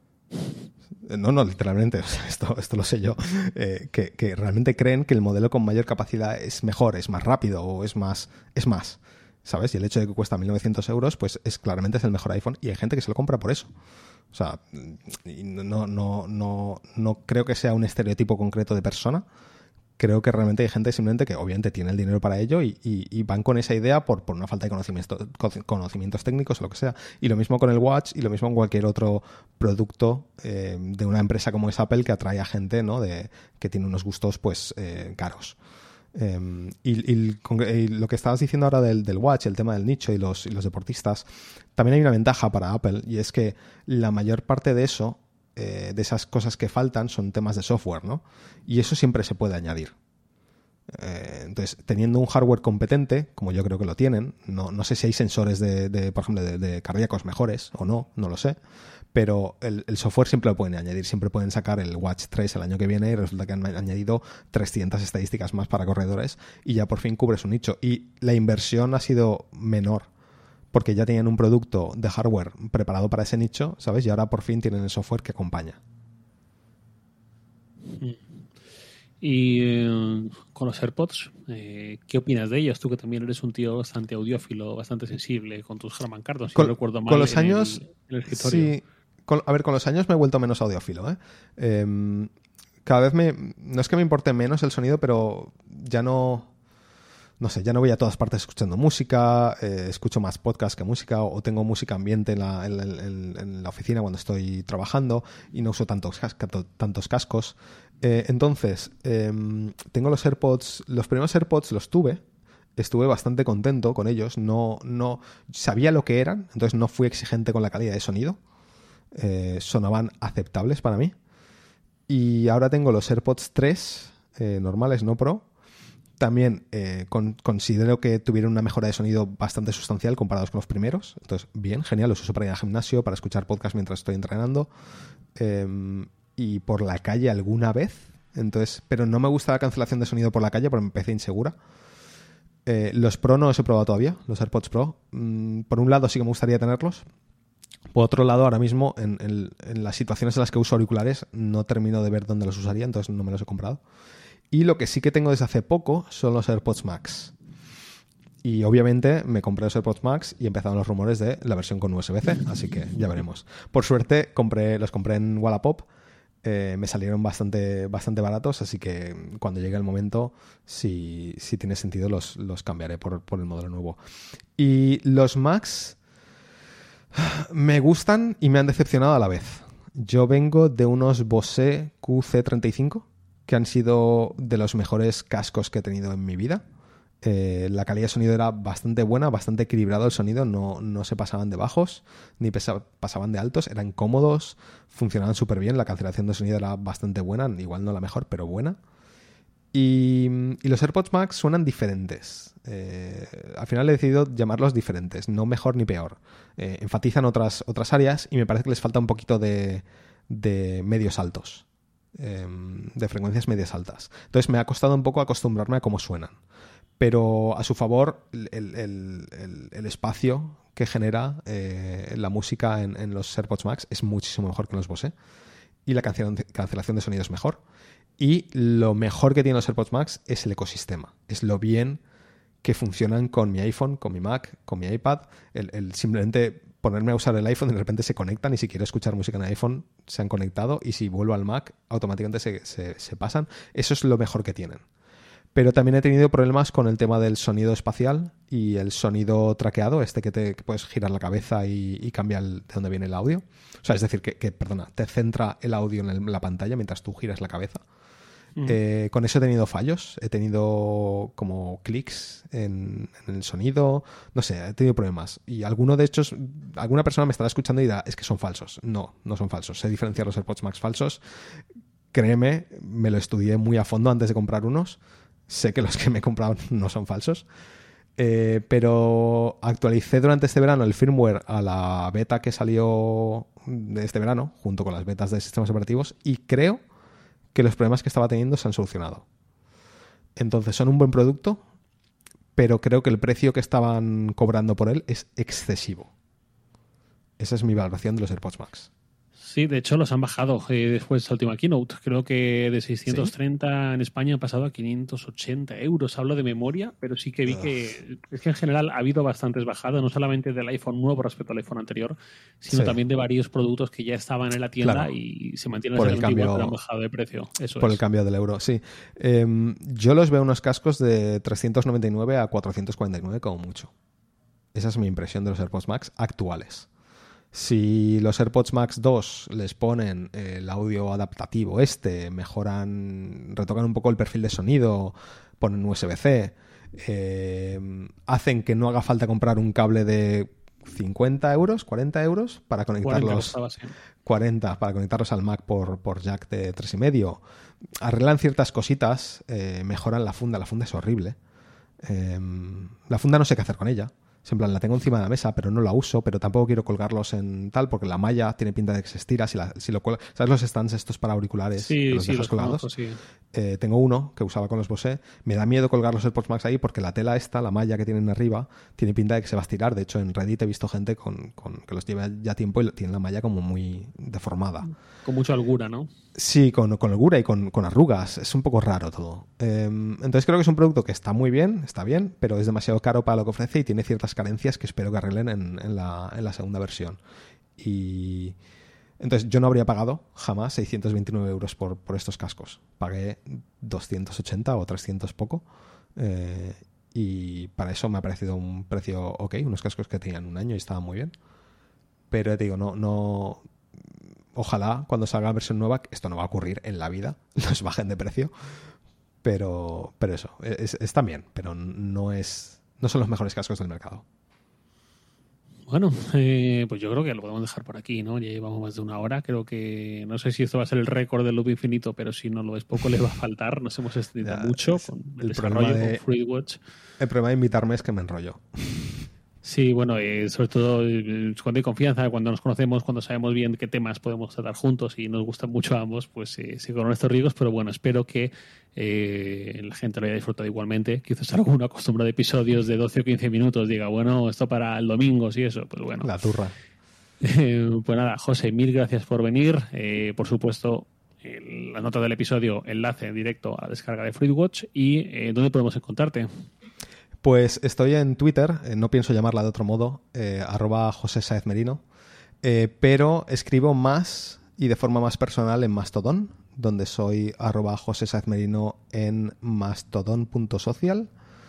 [SPEAKER 2] No, no, literalmente, esto, esto lo sé yo, eh, que, que realmente creen que el modelo con mayor capacidad es mejor, es más rápido o es más, es más, ¿sabes? Y el hecho de que cuesta mil novecientos euros, pues es claramente es el mejor iPhone y hay gente que se lo compra por eso. O sea, no, no, no, no creo que sea un estereotipo concreto de persona. Creo que realmente hay gente simplemente que obviamente tiene el dinero para ello y, y, y van con esa idea por, por una falta de conocimiento, conocimientos técnicos o lo que sea. Y lo mismo con el Watch y lo mismo con cualquier otro producto eh, de una empresa como es Apple que atrae a gente, ¿no? de, que tiene unos gustos pues eh, caros. Eh, y, y, y lo que estabas diciendo ahora del, del Watch, el tema del nicho y los, y los deportistas, también hay una ventaja para Apple y es que la mayor parte de eso Eh, de esas cosas que faltan son temas de software, ¿no? Y eso siempre se puede añadir. Eh, entonces, teniendo un hardware competente, como yo creo que lo tienen, no, no sé si hay sensores de, de por ejemplo, de, de cardíacos mejores o no, no lo sé, pero el, el software siempre lo pueden añadir, siempre pueden sacar el Watch tres el año que viene y resulta que han añadido trescientas estadísticas más para corredores y ya por fin cubre su nicho. Y la inversión ha sido menor porque ya tenían un producto de hardware preparado para ese nicho, ¿sabes? Y ahora por fin tienen el software que acompaña.
[SPEAKER 1] Y eh, con los AirPods, eh, ¿qué opinas de ellos? Tú que también eres un tío bastante audiófilo, bastante sensible con tus Harman Kardon, si
[SPEAKER 2] con,
[SPEAKER 1] no recuerdo mal.
[SPEAKER 2] Con los
[SPEAKER 1] en
[SPEAKER 2] años,
[SPEAKER 1] el, en el escritorio.
[SPEAKER 2] Sí, con, a ver, con los años me he vuelto menos audiófilo, ¿eh? Eh, cada vez me... No es que me importe menos el sonido, pero ya no... No sé, ya no voy a todas partes escuchando música, eh, escucho más podcast que música, o tengo música ambiente en la, en, en, en la oficina cuando estoy trabajando y no uso tantos, tantos cascos. Eh, entonces, eh, tengo los AirPods, los primeros AirPods los tuve, estuve bastante contento con ellos, no, no sabía lo que eran, entonces no fui exigente con la calidad de sonido, eh, sonaban aceptables para mí. Y ahora tengo los AirPods tres, eh, normales, no Pro. También eh, con, considero que tuvieron una mejora de sonido bastante sustancial comparados con los primeros. Entonces, bien, genial. Los uso para ir al gimnasio, para escuchar podcast mientras estoy entrenando. Eh, y por la calle alguna vez. Entonces, pero no me gusta la cancelación de sonido por la calle porque me parece insegura. Eh, los Pro no los he probado todavía, los AirPods Pro. Mm, por un lado sí que me gustaría tenerlos. Por otro lado, ahora mismo, en, en, en las situaciones en las que uso auriculares, no termino de ver dónde los usaría, entonces no me los he comprado. Y lo que sí que tengo desde hace poco son los AirPods Max. Y obviamente me compré los AirPods Max y empezaron los rumores de la versión con U S B C, así que ya veremos. Por suerte, compré, los compré en Wallapop. Eh, me salieron bastante, bastante baratos, así que cuando llegue el momento, si, si tiene sentido, los, los cambiaré por, por el modelo nuevo. Y los Max me gustan y me han decepcionado a la vez. Yo vengo de unos Bose Q C treinta y cinco, que han sido de los mejores cascos que he tenido en mi vida. Eh, la calidad de sonido era bastante buena, bastante equilibrado el sonido, no, no se pasaban de bajos ni pesa, pasaban de altos, eran cómodos, funcionaban súper bien, la cancelación de sonido era bastante buena, igual no la mejor, pero buena. Y, y los AirPods Max suenan diferentes. Eh, al final he decidido llamarlos diferentes, no mejor ni peor. Eh, enfatizan otras, otras áreas y me parece que les falta un poquito de, de medios altos, eh, de frecuencias medias altas. Entonces me ha costado un poco acostumbrarme a cómo suenan. Pero a su favor, el, el, el, el espacio que genera eh, la música en, en los AirPods Max es muchísimo mejor que en los Bose. Y la cancelación de sonido es mejor. Y lo mejor que tienen los AirPods Max es el ecosistema. Es lo bien que funcionan con mi iPhone, con mi Mac, con mi iPad. El, el simplemente ponerme a usar el iPhone y de repente se conectan y si quiero escuchar música en iPhone se han conectado y si vuelvo al Mac automáticamente se, se, se pasan. Eso es lo mejor que tienen. Pero también he tenido problemas con el tema del sonido espacial y el sonido traqueado, este que te que puedes girar la cabeza y, y cambia el, de dónde viene el audio. O sea, es decir, que, que perdona, te centra el audio en el, la pantalla mientras tú giras la cabeza. Mm. Eh, con eso he tenido fallos, he tenido como clics en, en el sonido, no sé, he tenido problemas. Y alguno de estos, alguna persona me estará escuchando y dirá, es que son falsos. No, no son falsos. Sé diferenciar los AirPods Max falsos. Créeme, me lo estudié muy a fondo antes de comprar unos. Sé que los que me he comprado no son falsos, eh, pero actualicé durante este verano el firmware a la beta que salió de este verano, junto con las betas de sistemas operativos, y creo que los problemas que estaba teniendo se han solucionado. Entonces son un buen producto, pero creo que el precio que estaban cobrando por él es excesivo. Esa es mi valoración de los AirPods Max.
[SPEAKER 1] Sí, de hecho los han bajado eh, después de la última keynote. Creo que de seiscientos treinta ¿Sí? en España han pasado a quinientos ochenta euros. Hablo de memoria, pero sí que vi Uf. que es que en general ha habido bastantes bajadas, no solamente del iPhone nuevo respecto al iPhone anterior, sino sí. también de varios productos que ya estaban en la tienda claro. y se mantienen
[SPEAKER 2] por
[SPEAKER 1] en
[SPEAKER 2] el cambio,
[SPEAKER 1] pero han bajado de precio. Eso
[SPEAKER 2] por
[SPEAKER 1] es.
[SPEAKER 2] el cambio del euro, sí. Eh, yo los veo unos cascos de trescientos noventa y nueve a cuatrocientos cuarenta y nueve como mucho. Esa es mi impresión de los AirPods Max actuales. Si los AirPods Max dos les ponen el audio adaptativo este, mejoran, retocan un poco el perfil de sonido, ponen U S B C, eh, hacen que no haga falta comprar un cable de cincuenta euros, cuarenta euros para conectarlos
[SPEAKER 1] cuarenta,
[SPEAKER 2] cuarenta para conectarlos al Mac por, por jack de tres y medio. Arreglan ciertas cositas, eh, mejoran la funda, la funda es horrible. Eh, la funda no sé qué hacer con ella. En plan, la tengo encima de la mesa, pero no la uso, pero tampoco quiero colgarlos en tal, porque la malla tiene pinta de que se estira. Si, la, si lo cuelgas, ¿sabes los stands estos para auriculares?
[SPEAKER 1] Sí,
[SPEAKER 2] que los
[SPEAKER 1] sí,
[SPEAKER 2] dejas
[SPEAKER 1] los
[SPEAKER 2] colgados.
[SPEAKER 1] conozco, sí.
[SPEAKER 2] Eh, tengo uno que usaba con los Bose. Me da miedo colgar los AirPods Max ahí porque la tela esta, la malla que tienen arriba, tiene pinta de que se va a estirar. De hecho, en Reddit he visto gente con, con que los lleva ya tiempo y tienen la malla como muy deformada.
[SPEAKER 1] Con mucha holgura, ¿no?
[SPEAKER 2] Sí, con, con holgura y con, con arrugas. Es un poco raro todo. Eh, entonces creo que es un producto que está muy bien, está bien, pero es demasiado caro para lo que ofrece y tiene ciertas carencias que espero que arreglen en, en, la, en la segunda versión. Y entonces yo no habría pagado jamás seiscientos veintinueve euros por, por estos cascos. Pagué doscientos ochenta o trescientos poco. Eh, y para eso me ha parecido un precio ok. Unos cascos que tenían un año y estaban muy bien. Pero te digo, no... no ojalá cuando salga la versión nueva, esto no va a ocurrir en la vida, los bajen de precio, pero, pero eso, es, están bien, pero no es no son los mejores cascos del mercado.
[SPEAKER 1] Bueno, eh, pues yo creo que lo podemos dejar por aquí, ¿no? Ya llevamos más de una hora, creo que no sé si esto va a ser el récord del loop infinito, pero si no lo es poco le va a faltar, nos hemos extendido ya, mucho con el, el desarrollo de, con FluidWatch.
[SPEAKER 2] El problema de invitarme es que me enrollo.
[SPEAKER 1] Sí, bueno, eh, sobre todo eh, cuando hay confianza, cuando nos conocemos, cuando sabemos bien qué temas podemos tratar juntos y nos gustan mucho a ambos, pues eh, sí con estos riesgos, pero bueno, espero que eh, la gente lo haya disfrutado igualmente. Quizás alguno acostumbrado de episodios de doce o quince minutos diga, bueno, esto para el domingo, sí, eso, pues bueno.
[SPEAKER 2] La turra.
[SPEAKER 1] Eh, pues nada, José, mil gracias por venir. Eh, por supuesto, en la nota del episodio, enlace directo a la descarga de FruitWatch. ¿Y eh, dónde podemos encontrarte?
[SPEAKER 2] Pues estoy en Twitter, eh, no pienso llamarla de otro modo, eh, arroba José Sáez Merino, eh, pero escribo más y de forma más personal en Mastodon, donde soy arroba José Sáez Merino en mastodon punto social.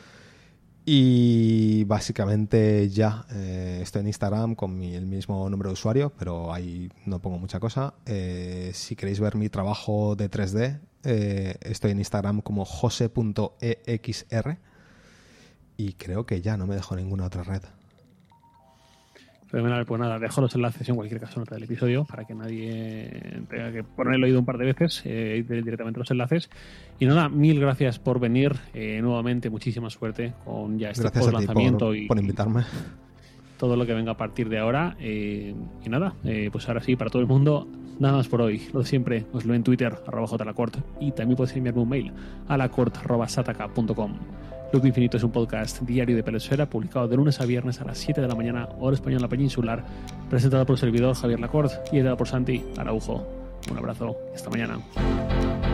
[SPEAKER 2] Y básicamente ya eh, estoy en Instagram con mi, el mismo nombre de usuario, pero ahí no pongo mucha cosa. Eh, si queréis ver mi trabajo de tres D, eh, estoy en Instagram como jose punto e x r y creo que ya no me dejo ninguna otra red.
[SPEAKER 1] Fenomenal, pues nada, dejo los enlaces en cualquier caso en nota del episodio para que nadie tenga que poner el oído un par de veces, eh, directamente los enlaces. Y nada, mil gracias por venir, eh, nuevamente muchísima suerte con ya este
[SPEAKER 2] Gracias
[SPEAKER 1] post lanzamiento
[SPEAKER 2] por,
[SPEAKER 1] y
[SPEAKER 2] por invitarme.
[SPEAKER 1] Todo lo que venga a partir de ahora. Eh, y nada, eh, pues ahora sí, para todo el mundo, nada más por hoy. Lo de siempre, os lo en Twitter, arroba jlacort, y también podéis enviarme un mail a lacort arroba sataka punto com. Loop Infinito es un podcast diario de Pelesfera, publicado de lunes a viernes a las siete de la mañana, hora española peninsular, presentado por el servidor Javier Lacort y editado por Santi Araujo. Un abrazo y hasta mañana.